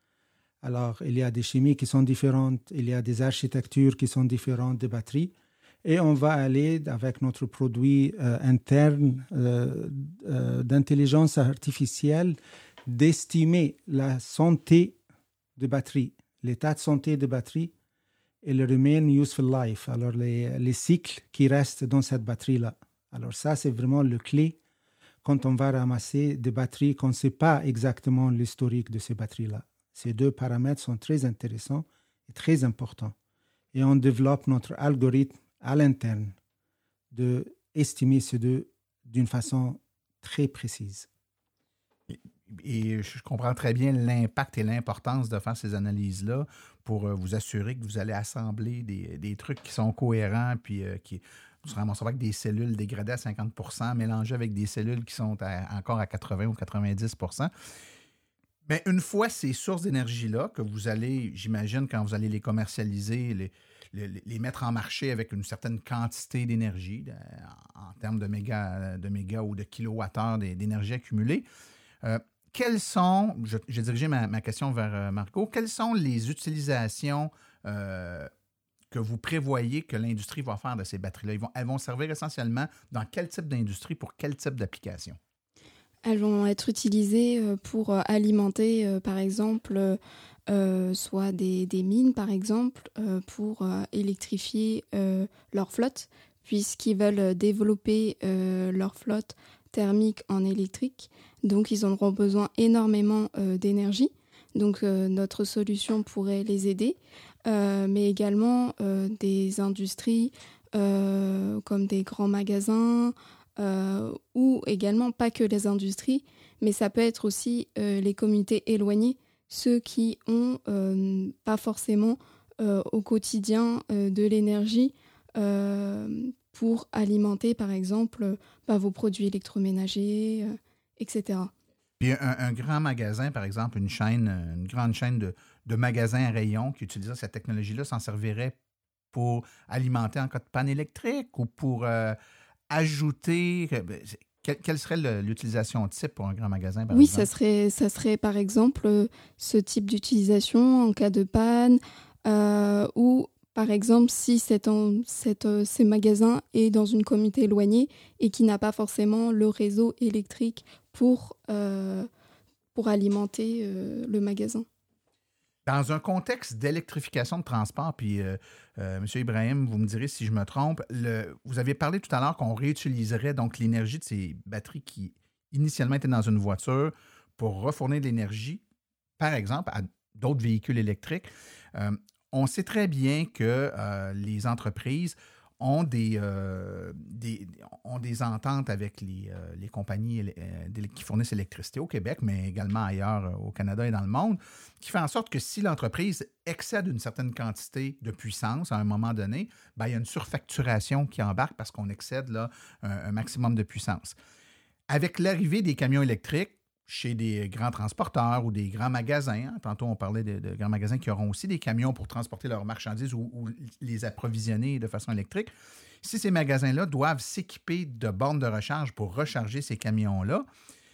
Alors, il y a des chimies qui sont différentes, il y a des architectures qui sont différentes des batteries, et on va aller avec notre produit euh, interne euh, euh, d'intelligence artificielle d'estimer la santé de batterie, l'état de santé de batterie, et le remain useful life, alors les, les cycles qui restent dans cette batterie-là. Alors ça, c'est vraiment le clé quand on va ramasser des batteries qu'on ne sait pas exactement l'historique de ces batteries-là. Ces deux paramètres sont très intéressants et très importants. Et on développe notre algorithme à l'interne d'estimer ces deux d'une façon très précise. Et je comprends très bien l'impact et l'importance de faire ces analyses-là pour vous assurer que vous allez assembler des, des trucs qui sont cohérents puis euh, qui vous se ramassez avec des cellules dégradées à cinquante pour cent mélangées avec des cellules qui sont à, encore à quatre-vingts ou quatre-vingt-dix pour cent. Mais une fois ces sources d'énergie-là que vous allez, j'imagine, quand vous allez les commercialiser, les, les, les mettre en marché avec une certaine quantité d'énergie de, en, en termes de méga, de méga ou de kilowattheures d'énergie accumulée, euh, quelles sont, je, j'ai dirigé ma, ma question vers euh, Marco, quelles sont les utilisations euh, que vous prévoyez que l'industrie va faire de ces batteries-là? Ils vont, elles vont servir essentiellement dans quel type d'industrie, pour quel type d'application? Elles vont être utilisées pour alimenter, euh, par exemple, euh, soit des, des mines, par exemple, euh, pour euh, électrifier euh, leur flotte, puisqu'ils veulent développer euh, leur flotte thermique en électrique. Donc, ils auront besoin énormément euh, d'énergie. Donc, euh, notre solution pourrait les aider, euh, mais également euh, des industries euh, comme des grands magasins, euh, ou également pas que les industries, mais ça peut être aussi euh, les communautés éloignées, ceux qui ont euh, pas forcément euh, au quotidien euh, de l'énergie euh, pour alimenter, par exemple, bah, vos produits électroménagers, euh, et cetera. Puis un, un grand magasin, par exemple, une chaîne, une grande chaîne de, de magasins à rayons qui utiliserait cette technologie-là, s'en servirait pour alimenter en cas de panne électrique ou pour euh, ajouter... Quelle, quelle serait le, l'utilisation type pour un grand magasin, par oui, exemple? Oui, ça serait, ça serait par exemple ce type d'utilisation en cas de panne euh, ou... Par exemple, si cet en, cet, euh, ces magasins est dans une communauté éloignée et qui n'a pas forcément le réseau électrique pour, euh, pour alimenter euh, le magasin. Dans un contexte d'électrification de transport, puis euh, euh, M. Ibrahim, vous me direz si je me trompe, le, vous avez parlé tout à l'heure qu'on réutiliserait donc l'énergie de ces batteries qui initialement étaient dans une voiture pour refournir de l'énergie, par exemple, à d'autres véhicules électriques. Euh, on sait très bien que euh, les entreprises ont des, euh, des, ont des ententes avec les, euh, les compagnies euh, qui fournissent l'électricité au Québec, mais également ailleurs euh, au Canada et dans le monde, qui fait en sorte que si l'entreprise excède une certaine quantité de puissance à un moment donné, bien, il y a une surfacturation qui embarque parce qu'on excède là, un, un maximum de puissance. Avec l'arrivée des camions électriques, chez des grands transporteurs ou des grands magasins. Hein. Tantôt, on parlait de, de grands magasins qui auront aussi des camions pour transporter leurs marchandises ou, ou les approvisionner de façon électrique. Si ces magasins-là doivent s'équiper de bornes de recharge pour recharger ces camions-là,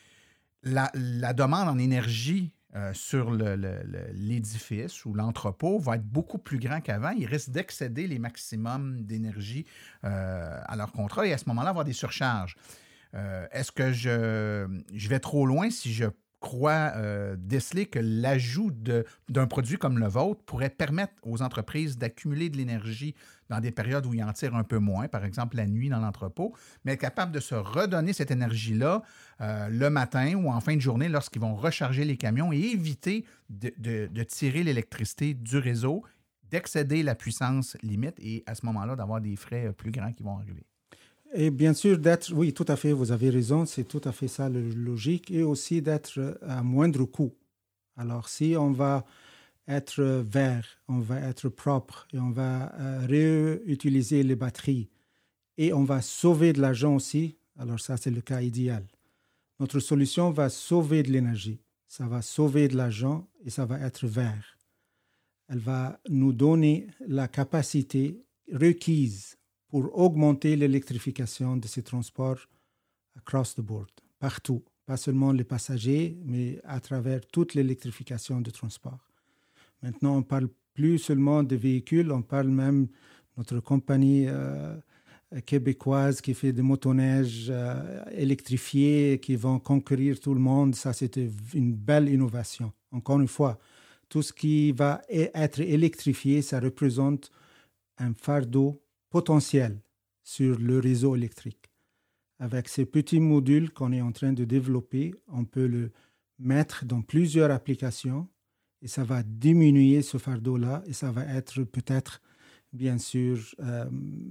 la, la demande en énergie euh, sur le, le, le, l'édifice ou l'entrepôt va être beaucoup plus grand qu'avant. Ils risquent d'excéder les maximums d'énergie euh, à leur contrat et à ce moment-là, avoir des surcharges. Euh, est-ce que je, je vais trop loin si je crois euh, déceler que l'ajout de, d'un produit comme le vôtre pourrait permettre aux entreprises d'accumuler de l'énergie dans des périodes où ils en tirent un peu moins, par exemple la nuit dans l'entrepôt, mais être capable de se redonner cette énergie-là euh, le matin ou en fin de journée lorsqu'ils vont recharger les camions et éviter de, de, de tirer l'électricité du réseau, d'excéder la puissance limite et à ce moment-là d'avoir des frais plus grands qui vont arriver? Et bien sûr, d'être, oui, tout à fait, vous avez raison, c'est tout à fait ça la logique, et aussi d'être à moindre coût. Alors, si on va être vert, on va être propre, et on va euh, réutiliser les batteries, et on va sauver de l'argent aussi, alors ça, c'est le cas idéal. Notre solution va sauver de l'énergie, ça va sauver de l'argent, et ça va être vert. Elle va nous donner la capacité requise pour augmenter l'électrification de ces transports across the board, partout. Pas seulement les passagers, mais à travers toute l'électrification du transport. Maintenant, on ne parle plus seulement de véhicules, on parle même de notre compagnie euh, québécoise qui fait des motoneiges euh, électrifiés qui vont conquérir tout le monde. Ça, c'était une belle innovation. Encore une fois, tout ce qui va être électrifié, ça représente un fardeau potentiel sur le réseau électrique. Avec ces petits modules qu'on est en train de développer, on peut le mettre dans plusieurs applications et ça va diminuer ce fardeau-là et ça va être peut-être, bien sûr, euh,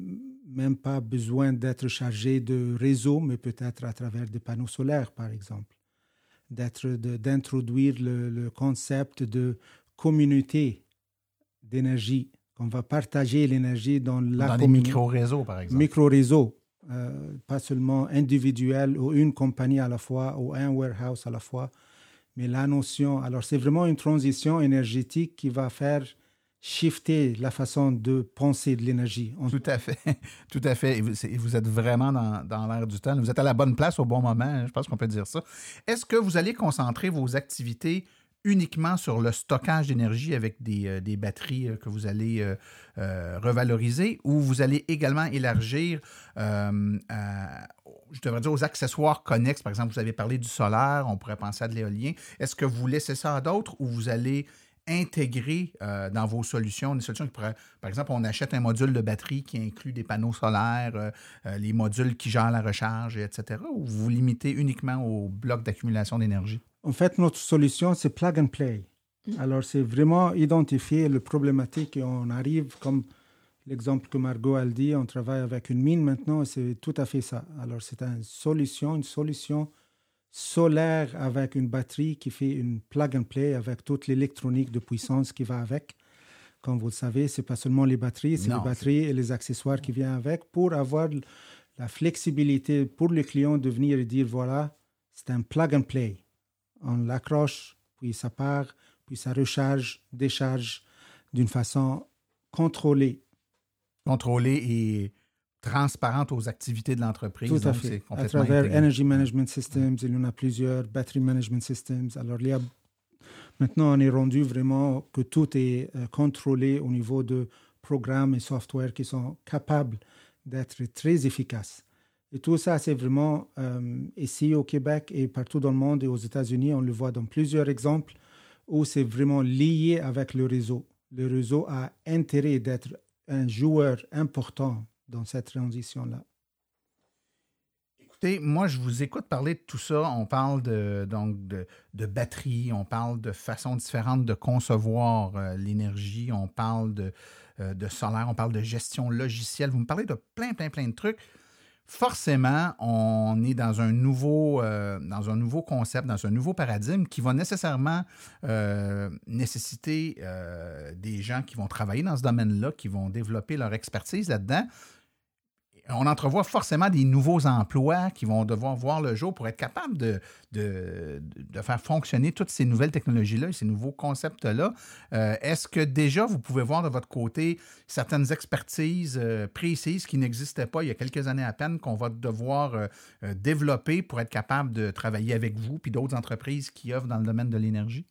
même pas besoin d'être chargé de réseau, mais peut-être à travers des panneaux solaires, par exemple. D'être, de, d'introduire le, le concept de communauté d'énergie. On va partager l'énergie dans la Dans commune- des micro-réseaux, par exemple. Micro-réseaux, euh, pas seulement individuels ou une compagnie à la fois ou un warehouse à la fois, mais la notion... Alors, c'est vraiment une transition énergétique qui va faire shifter la façon de penser de l'énergie. On... Tout à fait. Tout à fait. Et vous, c'est, vous êtes vraiment dans, dans l'air du temps. Vous êtes à la bonne place au bon moment. Je pense qu'on peut dire ça. Est-ce que vous allez concentrer vos activités uniquement sur le stockage d'énergie avec des, euh, des batteries euh, que vous allez euh, euh, revaloriser ou vous allez également élargir, euh, à, je devrais dire, aux accessoires connexes? Par exemple, vous avez parlé du solaire, on pourrait penser à de l'éolien. Est-ce que vous laissez ça à d'autres ou vous allez intégrer euh, dans vos solutions des solutions qui pourraient... Par exemple, on achète un module de batterie qui inclut des panneaux solaires, euh, euh, les modules qui gèrent la recharge, et cetera, ou vous vous limitez uniquement au bloc d'accumulation d'énergie? En fait, notre solution, c'est plug and play. Alors, c'est vraiment identifier le problématique et on arrive, comme l'exemple que Margot a dit, on travaille avec une mine maintenant et c'est tout à fait ça. Alors, c'est une solution, une solution solaire avec une batterie qui fait une plug and play avec toute l'électronique de puissance qui va avec. Comme vous le savez, ce n'est pas seulement les batteries, c'est Non, les batteries et les accessoires qui viennent avec pour avoir la flexibilité pour le client de venir et dire, voilà, c'est un plug and play. On l'accroche, puis ça part, puis ça recharge, décharge d'une façon contrôlée. Contrôlée et transparente aux activités de l'entreprise. Tout à donc fait. c'est À complètement travers intégré. Energy Management Systems, il y en a plusieurs, Battery Management Systems. Alors, il y a... maintenant, on est rendu vraiment que tout est euh, contrôlé au niveau de programmes et software qui sont capables d'être très efficaces. Et tout ça, c'est vraiment euh, ici au Québec et partout dans le monde et aux États-Unis, on le voit dans plusieurs exemples où c'est vraiment lié avec le réseau. Le réseau a intérêt d'être un joueur important dans cette transition-là. Écoutez, moi, je vous écoute parler de tout ça. On parle de, donc de, de batterie, on parle de façons différentes de concevoir euh, l'énergie, on parle de, euh, de solaire, on parle de gestion logicielle. Vous me parlez de plein, plein, plein de trucs. Forcément, on est dans un nouveau, euh, dans un nouveau concept, dans un nouveau paradigme qui va nécessairement euh, nécessiter euh, des gens qui vont travailler dans ce domaine-là, qui vont développer leur expertise là-dedans. On entrevoit forcément des nouveaux emplois qui vont devoir voir le jour pour être capable de, de, de faire fonctionner toutes ces nouvelles technologies-là, ces nouveaux concepts-là. Euh, est-ce que déjà, vous pouvez voir de votre côté certaines expertises euh, précises qui n'existaient pas il y a quelques années à peine, qu'on va devoir euh, euh, développer pour être capable de travailler avec vous puis d'autres entreprises qui œuvrent dans le domaine de l'énergie?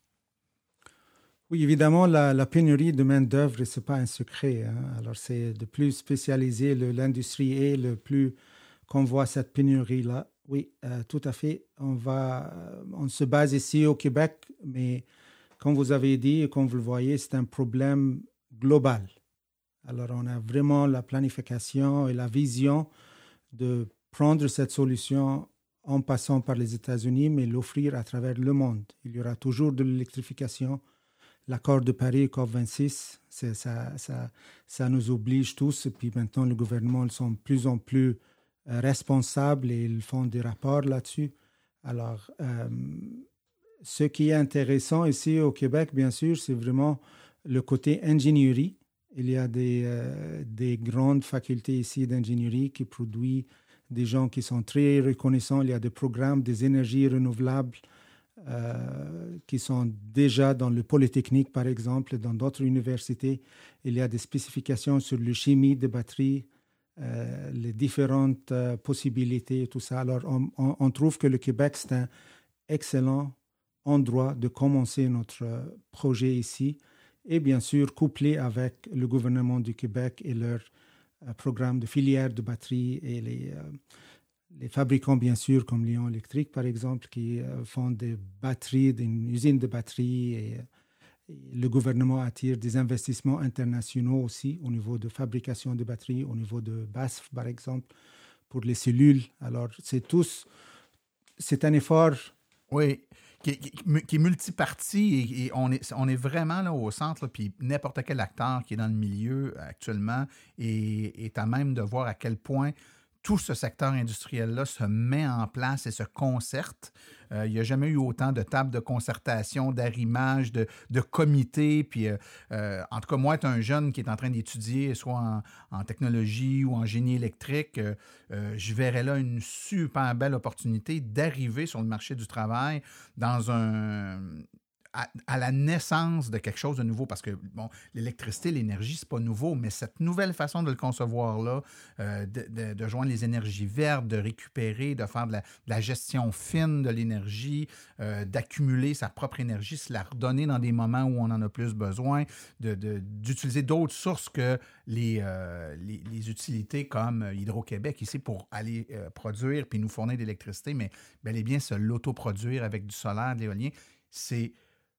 Oui, évidemment, la, la pénurie de main-d'œuvre, ce n'est pas un secret. Hein. Alors, c'est de plus spécialisé le, l'industrie est, le plus qu'on voit cette pénurie-là. Oui, euh, tout à fait. On, va, on se base ici au Québec, mais comme vous avez dit et comme vous le voyez, c'est un problème global. Alors, on a vraiment la planification et la vision de prendre cette solution en passant par les États-Unis, mais l'offrir à travers le monde. Il y aura toujours de l'électrification. L'accord de Paris, C O P vingt-six, c'est, ça, ça, ça nous oblige tous. Et puis maintenant, le gouvernement ils sont de plus en plus euh, responsables et ils font des rapports là-dessus. Alors, euh, ce qui est intéressant ici au Québec, bien sûr, c'est vraiment le côté ingénierie. Il y a des, euh, des grandes facultés ici d'ingénierie qui produisent des gens qui sont très reconnaissants. Il y a des programmes des énergies renouvelables Euh, qui sont déjà dans le Polytechnique, par exemple, dans d'autres universités. Il y a des spécifications sur la chimie des batteries, euh, les différentes euh, possibilités et tout ça. Alors, on, on, on trouve que le Québec, c'est un excellent endroit de commencer notre euh, projet ici et bien sûr, couplé avec le gouvernement du Québec et leur euh, programme de filière de batteries et les... Euh, Les fabricants, bien sûr, comme Lion Électrique, par exemple, qui euh, font des batteries, une usine de batteries. Et, et le gouvernement attire des investissements internationaux aussi au niveau de fabrication de batteries, au niveau de B A S F, par exemple, pour les cellules. Alors, c'est tous... C'est un effort... Oui, qui, qui, qui est multiparti et, et on, est, on est vraiment là au centre, là, puis n'importe quel acteur qui est dans le milieu actuellement est, est à même de voir à quel point tout ce secteur industriel-là se met en place et se concerte. Euh, il n'y a jamais eu autant de tables de concertation, d'arrimage, de, de comités. Puis, euh, euh, en tout cas, moi, être un jeune qui est en train d'étudier, soit en, en technologie ou en génie électrique, euh, euh, je verrais là une super belle opportunité d'arriver sur le marché du travail dans un... À, à la naissance de quelque chose de nouveau, parce que, bon, l'électricité, l'énergie, c'est pas nouveau, mais cette nouvelle façon de le concevoir là, euh, de, de, de joindre les énergies vertes, de récupérer, de faire de la, de la gestion fine de l'énergie, euh, d'accumuler sa propre énergie, se la redonner dans des moments où on en a plus besoin, de, de, d'utiliser d'autres sources que les, euh, les, les utilités comme Hydro-Québec ici pour aller euh, produire puis nous fournir de l'électricité, mais bel et bien se l'autoproduire avec du solaire, de l'éolien, c'est...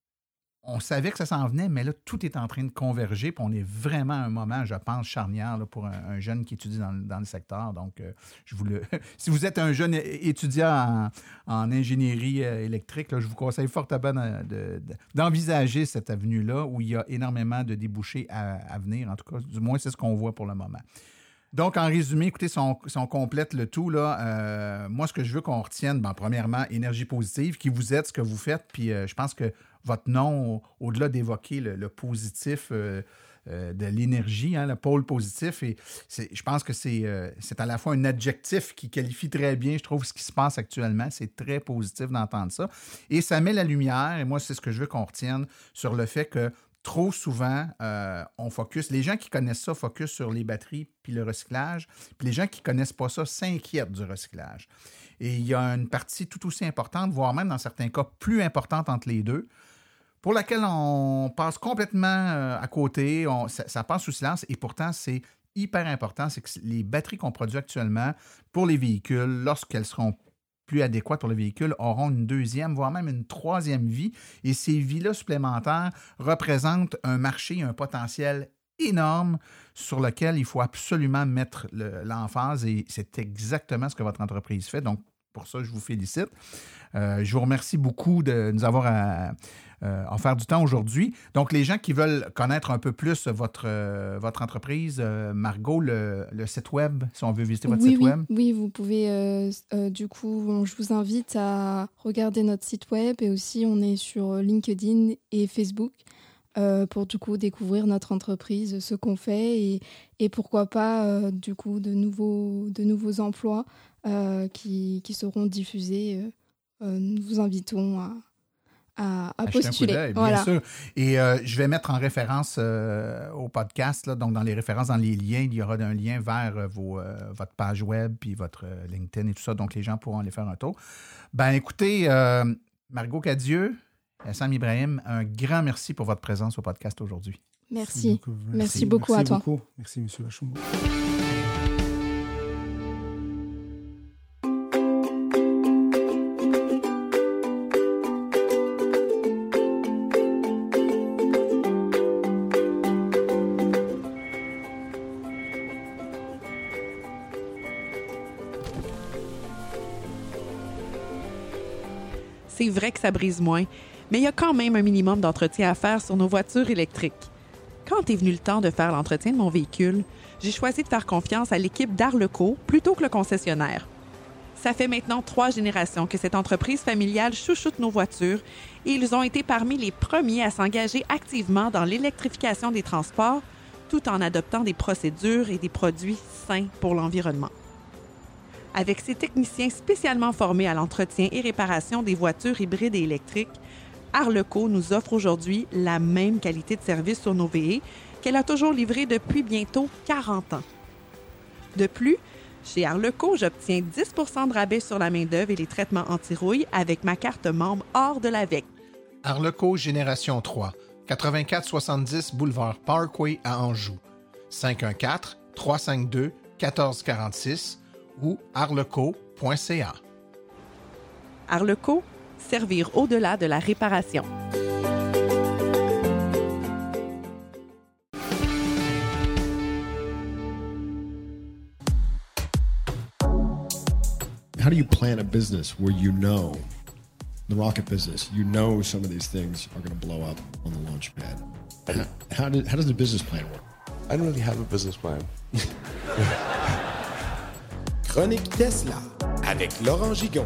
On savait que ça s'en venait, mais là, tout est en train de converger. Puis on est vraiment à un moment, je pense, charnière là, pour un, un jeune qui étudie dans, dans le secteur. Donc, euh, je vous le... si vous êtes un jeune étudiant en, en ingénierie euh, électrique, là, je vous conseille fortement de, de, d'envisager cette avenue-là où il y a énormément de débouchés à, à venir. En tout cas, du moins, c'est ce qu'on voit pour le moment. Donc, en résumé, écoutez, si on, si on complète le tout, là, euh, moi, ce que je veux qu'on retienne, ben, premièrement, énergie positive, qui vous êtes, ce que vous faites, puis euh, je pense que votre nom, au, au-delà d'évoquer le, le positif euh, euh, de l'énergie, hein, le pôle positif, et c'est, je pense que c'est, euh, c'est à la fois un adjectif qui qualifie très bien, je trouve, ce qui se passe actuellement. C'est très positif d'entendre ça. Et ça met la lumière, et moi, c'est ce que je veux qu'on retienne, sur le fait que trop souvent, euh, on focus. Les gens qui connaissent ça focus sur les batteries puis le recyclage. Puis les gens qui ne connaissent pas ça s'inquiètent du recyclage. Et il y a une partie tout aussi importante, voire même dans certains cas plus importante entre les deux, pour laquelle on passe complètement euh, à côté. On, ça, ça passe sous silence et pourtant, c'est hyper important. C'est que les batteries qu'on produit actuellement pour les véhicules, lorsqu'elles seront plus adéquates pour le véhicule auront une deuxième, voire même une troisième vie. Et ces vies-là supplémentaires représentent un marché, un potentiel énorme sur lequel il faut absolument mettre le, l'emphase et c'est exactement ce que votre entreprise fait. Donc, pour ça, je vous félicite. Euh, je vous remercie beaucoup de nous avoir à, euh, offert du temps aujourd'hui. Donc, les gens qui veulent connaître un peu plus votre, euh, votre entreprise, euh, Margot, le, le site web, si on veut visiter votre oui, site oui, web. Oui, vous pouvez, euh, euh, du coup, bon, je vous invite à regarder notre site web et aussi on est sur LinkedIn et Facebook. Euh, pour du coup découvrir notre entreprise, ce qu'on fait et, et pourquoi pas euh, du coup de nouveaux, de nouveaux emplois euh, qui, qui seront diffusés. Euh, nous vous invitons à, à, à postuler. Un coup voilà. Bien sûr. Et euh, je vais mettre en référence euh, au podcast, là, donc dans les références, dans les liens, il y aura un lien vers vos, euh, votre page web puis votre euh, LinkedIn et tout ça, donc les gens pourront aller faire un tour. Ben écoutez, euh, Margot Cadieux, Sam Ibrahim, un grand merci pour votre présence au podcast aujourd'hui. Merci. Merci, merci, merci beaucoup merci à toi. Beaucoup. Merci, M. Lachambeau. C'est vrai que ça brise moins, mais il y a quand même un minimum d'entretien à faire sur nos voitures électriques. Quand est venu le temps de faire l'entretien de mon véhicule, j'ai choisi de faire confiance à l'équipe d'Arleco plutôt que le concessionnaire. Ça fait maintenant trois générations que cette entreprise familiale chouchoute nos voitures et ils ont été parmi les premiers à s'engager activement dans l'électrification des transports tout en adoptant des procédures et des produits sains pour l'environnement. Avec ses techniciens spécialement formés à l'entretien et réparation des voitures hybrides et électriques, Arleco nous offre aujourd'hui la même qualité de service sur nos V E qu'elle a toujours livré depuis bientôt quarante ans. De plus, chez Arleco, j'obtiens dix pour cent de rabais sur la main-d'œuvre et les traitements anti-rouille avec ma carte membre hors de l'Avec. Arleco Génération trois, quatre-vingt-quatre soixante-dix Boulevard Parkway à Anjou, cinq un quatre, trois cinq deux, un quatre quatre six ou arleco point c a. Arleco, servir au-delà de la réparation. How do you plan a business where you know, the rocket business, you know some of these things are going to blow up on the launch pad? How, how, did, how does the business plan work? I don't really have a business plan. Chronique Tesla avec Laurent Gigon.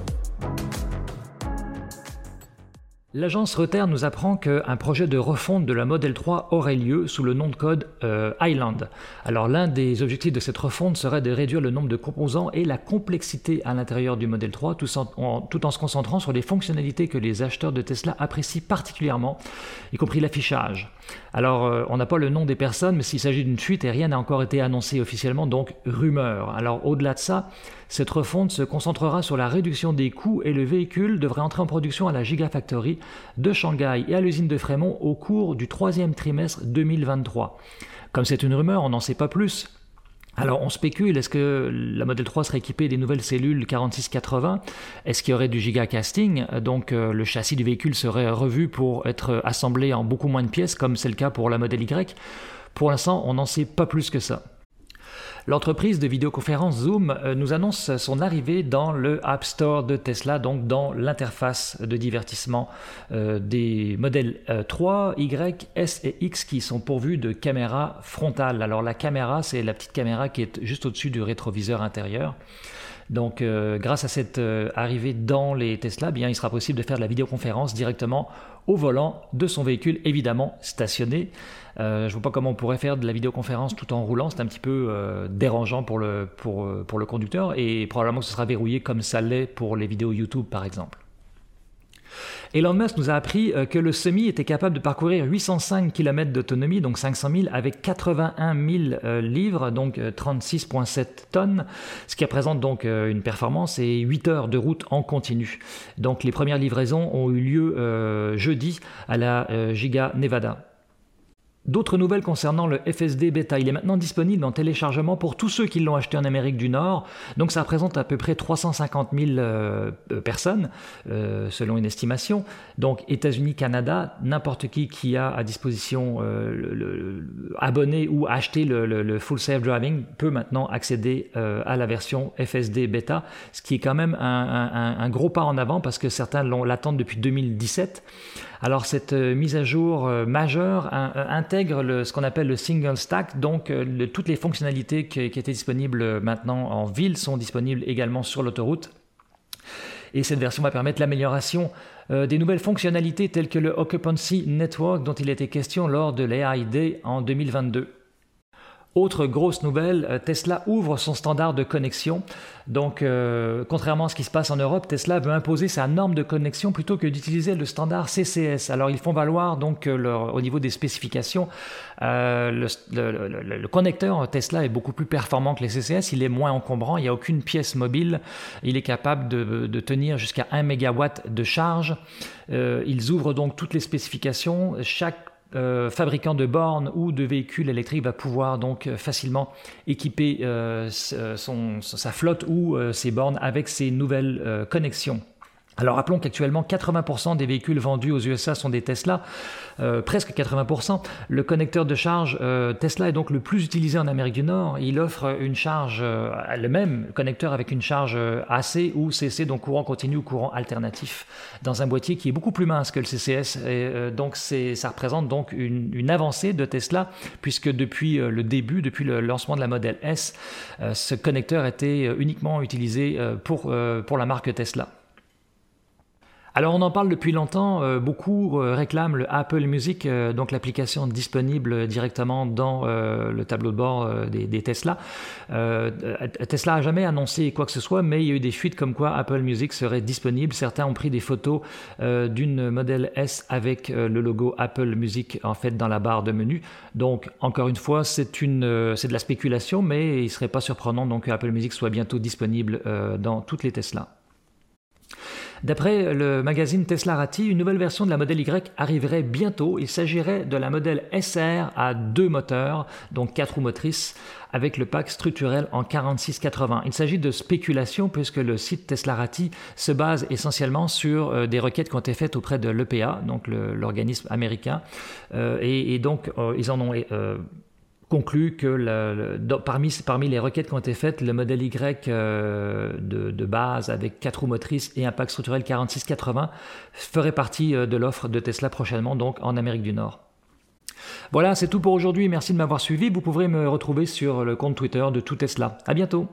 L'agence Reuters nous apprend qu'un projet de refonte de la Model trois aurait lieu sous le nom de code euh, Highland. Alors l'un des objectifs de cette refonte serait de réduire le nombre de composants et la complexité à l'intérieur du Model trois, tout en, tout en se concentrant sur les fonctionnalités que les acheteurs de Tesla apprécient particulièrement, y compris l'affichage. Alors euh, on n'a pas le nom des personnes, mais s'il s'agit d'une fuite et rien n'a encore été annoncé officiellement, donc rumeur. Alors au-delà de ça, cette refonte se concentrera sur la réduction des coûts et le véhicule devrait entrer en production à la Gigafactory de Shanghai et à l'usine de Fremont au cours du troisième trimestre deux mille vingt-trois. Comme c'est une rumeur, on n'en sait pas plus. Alors on spécule, est-ce que la Model trois serait équipée des nouvelles cellules quarante-six quatre-vingts? Est-ce qu'il y aurait du gigacasting? Donc euh, le châssis du véhicule serait revu pour être assemblé en beaucoup moins de pièces, comme c'est le cas pour la Model Y. Pour l'instant, on n'en sait pas plus que ça. L'entreprise de vidéoconférence Zoom nous annonce son arrivée dans le App Store de Tesla, donc dans l'interface de divertissement euh, des modèles euh, trois, Y, S et X qui sont pourvus de caméras frontales. Alors la caméra, c'est la petite caméra qui est juste au-dessus du rétroviseur intérieur. Donc euh, grâce à cette euh, arrivée dans les Tesla, bien, il sera possible de faire de la vidéoconférence directement au volant de son véhicule, évidemment stationné. Euh, je ne vois pas comment on pourrait faire de la vidéoconférence tout en roulant, c'est un petit peu euh, dérangeant pour le, pour, pour le conducteur et probablement que ce sera verrouillé comme ça l'est pour les vidéos YouTube par exemple. Elon Musk nous a appris que le Semi était capable de parcourir huit cent cinq kilomètres d'autonomie, donc cinq cent mille, avec quatre-vingt-un mille euh, livres, donc euh, trente-six virgule sept tonnes, ce qui représente donc euh, une performance et huit heures de route en continu. Donc les premières livraisons ont eu lieu euh, jeudi à la euh, Giga Nevada. D'autres nouvelles concernant le F S D Beta. Il est maintenant disponible en téléchargement pour tous ceux qui l'ont acheté en Amérique du Nord. Donc ça représente à peu près trois cent cinquante mille euh, personnes, euh, selon une estimation. Donc États-Unis, Canada, n'importe qui qui a à disposition euh, le, le, abonné ou acheté le, le, le Full Self Driving peut maintenant accéder euh, à la version F S D Beta, ce qui est quand même un, un, un gros pas en avant parce que certains l'ont, l'attendent depuis deux mille dix-sept. Alors cette euh, mise à jour euh, majeure un, euh, intègre le, ce qu'on appelle le single stack, donc euh, le, toutes les fonctionnalités qui, qui étaient disponibles maintenant en ville sont disponibles également sur l'autoroute. Et cette version va permettre l'amélioration euh, des nouvelles fonctionnalités telles que le Occupancy Network dont il était question lors de l'A I Day en deux mille vingt-deux. Autre grosse nouvelle, Tesla ouvre son standard de connexion. Donc, euh, contrairement à ce qui se passe en Europe, Tesla veut imposer sa norme de connexion plutôt que d'utiliser le standard C C S. Alors, ils font valoir donc leur, au niveau des spécifications, euh, le, le, le, le connecteur Tesla est beaucoup plus performant que les C C S. Il est moins encombrant. Il n'y a aucune pièce mobile. Il est capable de, de tenir jusqu'à un mégawatt de charge. Euh, ils ouvrent donc toutes les spécifications. Chaque Euh, fabricant de bornes ou de véhicules électriques va pouvoir donc euh, facilement équiper euh, son, sa flotte ou euh, ses bornes avec ces nouvelles euh, connexions. Alors rappelons qu'actuellement quatre-vingts pour cent des véhicules vendus aux U S A sont des Tesla, euh, presque quatre-vingts pour cent. Le connecteur de charge euh, Tesla est donc le plus utilisé en Amérique du Nord. Il offre une charge, euh, le même connecteur avec une charge A C ou C C, donc courant continu ou courant alternatif, dans un boîtier qui est beaucoup plus mince que le C C S. Et, euh, donc c'est, ça représente donc une, une avancée de Tesla, puisque depuis euh, le début, depuis le lancement de la modèle S, euh, ce connecteur était euh, uniquement utilisé euh, pour, euh, pour la marque Tesla. Alors on en parle depuis longtemps, euh, beaucoup euh, réclament le Apple Music, euh, donc l'application disponible directement dans euh, le tableau de bord euh, des, des Tesla. Euh, Tesla n'a jamais annoncé quoi que ce soit, mais il y a eu des fuites comme quoi Apple Music serait disponible. Certains ont pris des photos euh, d'une modèle S avec euh, le logo Apple Music en fait dans la barre de menu. Donc encore une fois, c'est, une, euh, c'est de la spéculation, mais il ne serait pas surprenant donc que Apple Music soit bientôt disponible euh, dans toutes les Tesla. D'après le magazine Teslarati, une nouvelle version de la modèle Y arriverait bientôt. Il s'agirait de la modèle S R à deux moteurs, donc quatre roues motrices, avec le pack structurel en quarante-six quatre-vingts. Il s'agit de spéculation puisque le site Teslarati se base essentiellement sur euh, des requêtes qui ont été faites auprès de l'E P A, donc le, l'organisme américain, euh, et, et donc euh, ils en ont... Euh, conclut que le, le, parmi, parmi les requêtes qui ont été faites, le modèle Y euh, de, de base avec quatre roues motrices et un pack structurel quarante-six quatre-vingts ferait partie de l'offre de Tesla prochainement, donc en Amérique du Nord. Voilà, c'est tout pour aujourd'hui. Merci de m'avoir suivi. Vous pourrez me retrouver sur le compte Twitter de Tout Tesla. À bientôt.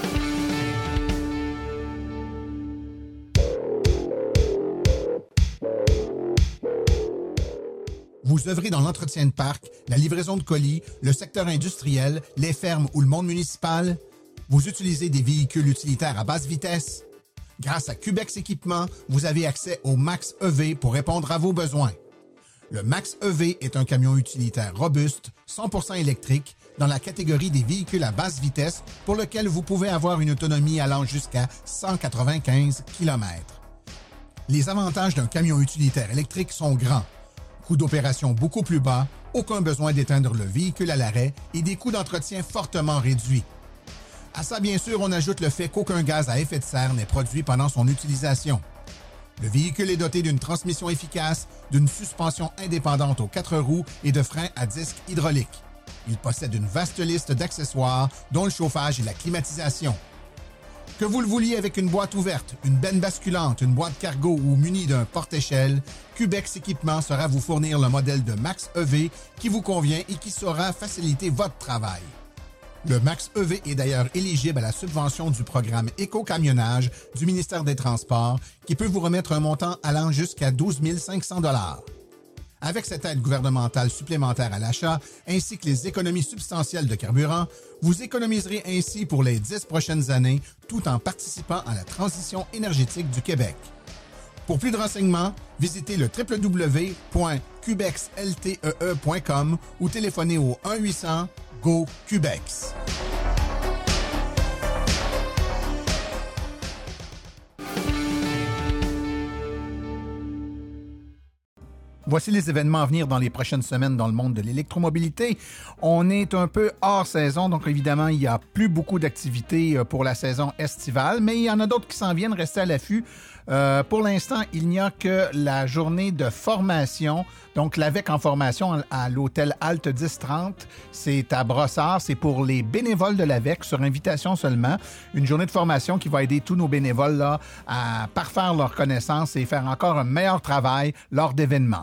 Vous œuvrez dans l'entretien de parc, la livraison de colis, le secteur industriel, les fermes ou le monde municipal? Vous utilisez des véhicules utilitaires à basse vitesse? Grâce à Cubex Équipement, vous avez accès au Max E V pour répondre à vos besoins. Le Max E V est un camion utilitaire robuste, cent pour cent électrique, dans la catégorie des véhicules à basse vitesse pour lequel vous pouvez avoir une autonomie allant jusqu'à cent quatre-vingt-quinze kilomètres. Les avantages d'un camion utilitaire électrique sont grands. Coût d'opération beaucoup plus bas, aucun besoin d'éteindre le véhicule à l'arrêt et des coûts d'entretien fortement réduits. À ça, bien sûr, on ajoute le fait qu'aucun gaz à effet de serre n'est produit pendant son utilisation. Le véhicule est doté d'une transmission efficace, d'une suspension indépendante aux quatre roues et de freins à disque hydraulique. Il possède une vaste liste d'accessoires, dont le chauffage et la climatisation. Que vous le vouliez avec une boîte ouverte, une benne basculante, une boîte cargo ou muni d'un porte-échelle, Cubex Équipement saura vous fournir le modèle de Max E V qui vous convient et qui saura faciliter votre travail. Le Max E V est d'ailleurs éligible à la subvention du programme Éco-camionnage du ministère des Transports qui peut vous remettre un montant allant jusqu'à douze mille cinq cents dollars. Avec cette aide gouvernementale supplémentaire à l'achat, ainsi que les économies substantielles de carburant, vous économiserez ainsi pour les dix prochaines années tout en participant à la transition énergétique du Québec. Pour plus de renseignements, visitez le w w w point cubex l t e e point com ou téléphonez au un huit cents G O Cubex. Voici les événements à venir dans les prochaines semaines dans le monde de l'électromobilité. On est un peu hors saison, donc évidemment, il n'y a plus beaucoup d'activités pour la saison estivale, mais il y en a d'autres qui s'en viennent, rester à l'affût. Euh, pour l'instant, il n'y a que la journée de formation, donc l'AVEC en formation à l'hôtel Alt dix trente. C'est à Brossard, c'est pour les bénévoles de l'AVEC, sur invitation seulement. Une journée de formation qui va aider tous nos bénévoles là, à parfaire leurs connaissances et faire encore un meilleur travail lors d'événements.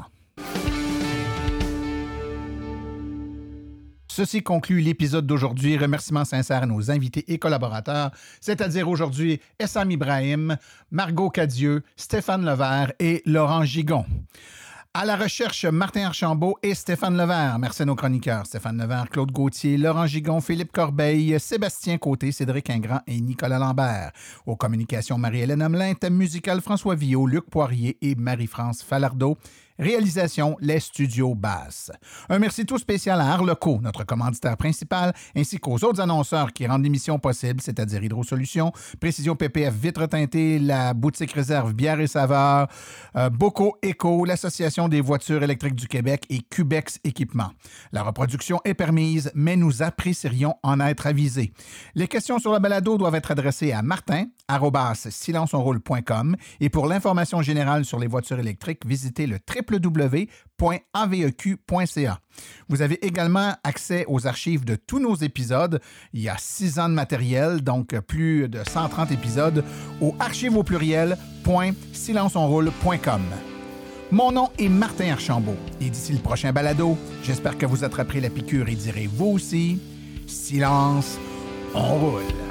Ceci conclut l'épisode d'aujourd'hui. Remerciements sincères à nos invités et collaborateurs, c'est-à-dire aujourd'hui Essam Ibrahim, Margot Cadieux, Stéphane Levert et Laurent Gigon. À la recherche, Martin Archambault et Stéphane Levert. Merci à nos chroniqueurs Stéphane Levert, Claude Gauthier, Laurent Gigon, Philippe Corbeil, Sébastien Côté, Cédric Ingrand et Nicolas Lambert. Aux communications, Marie-Hélène Hamelin, thème musical François Villot, Luc Poirier et Marie-France Falardeau. Réalisation, les studios Basses. Un merci tout spécial à Arleco, notre commanditaire principal, ainsi qu'aux autres annonceurs qui rendent l'émission possible, c'est-à-dire Hydro Solutions, Précision P P F Vitres teintées, la boutique réserve Bière et Saveurs, euh, Boco Éco, l'Association des voitures électriques du Québec et Cubex Équipement. La reproduction est permise, mais nous apprécierions en être avisés. Les questions sur le balado doivent être adressées à martin arobase silence on roule point com et pour l'information générale sur les voitures électriques, visitez le w w w point a v e q point c a. Vous avez également accès aux archives de tous nos épisodes. Il y a six ans de matériel, donc plus de cent trente épisodes, au archives au pluriel point silence on roule point com. Mon nom est Martin Archambault et d'ici le prochain balado, j'espère que vous attraperez la piqûre et direz vous aussi, silence, on roule.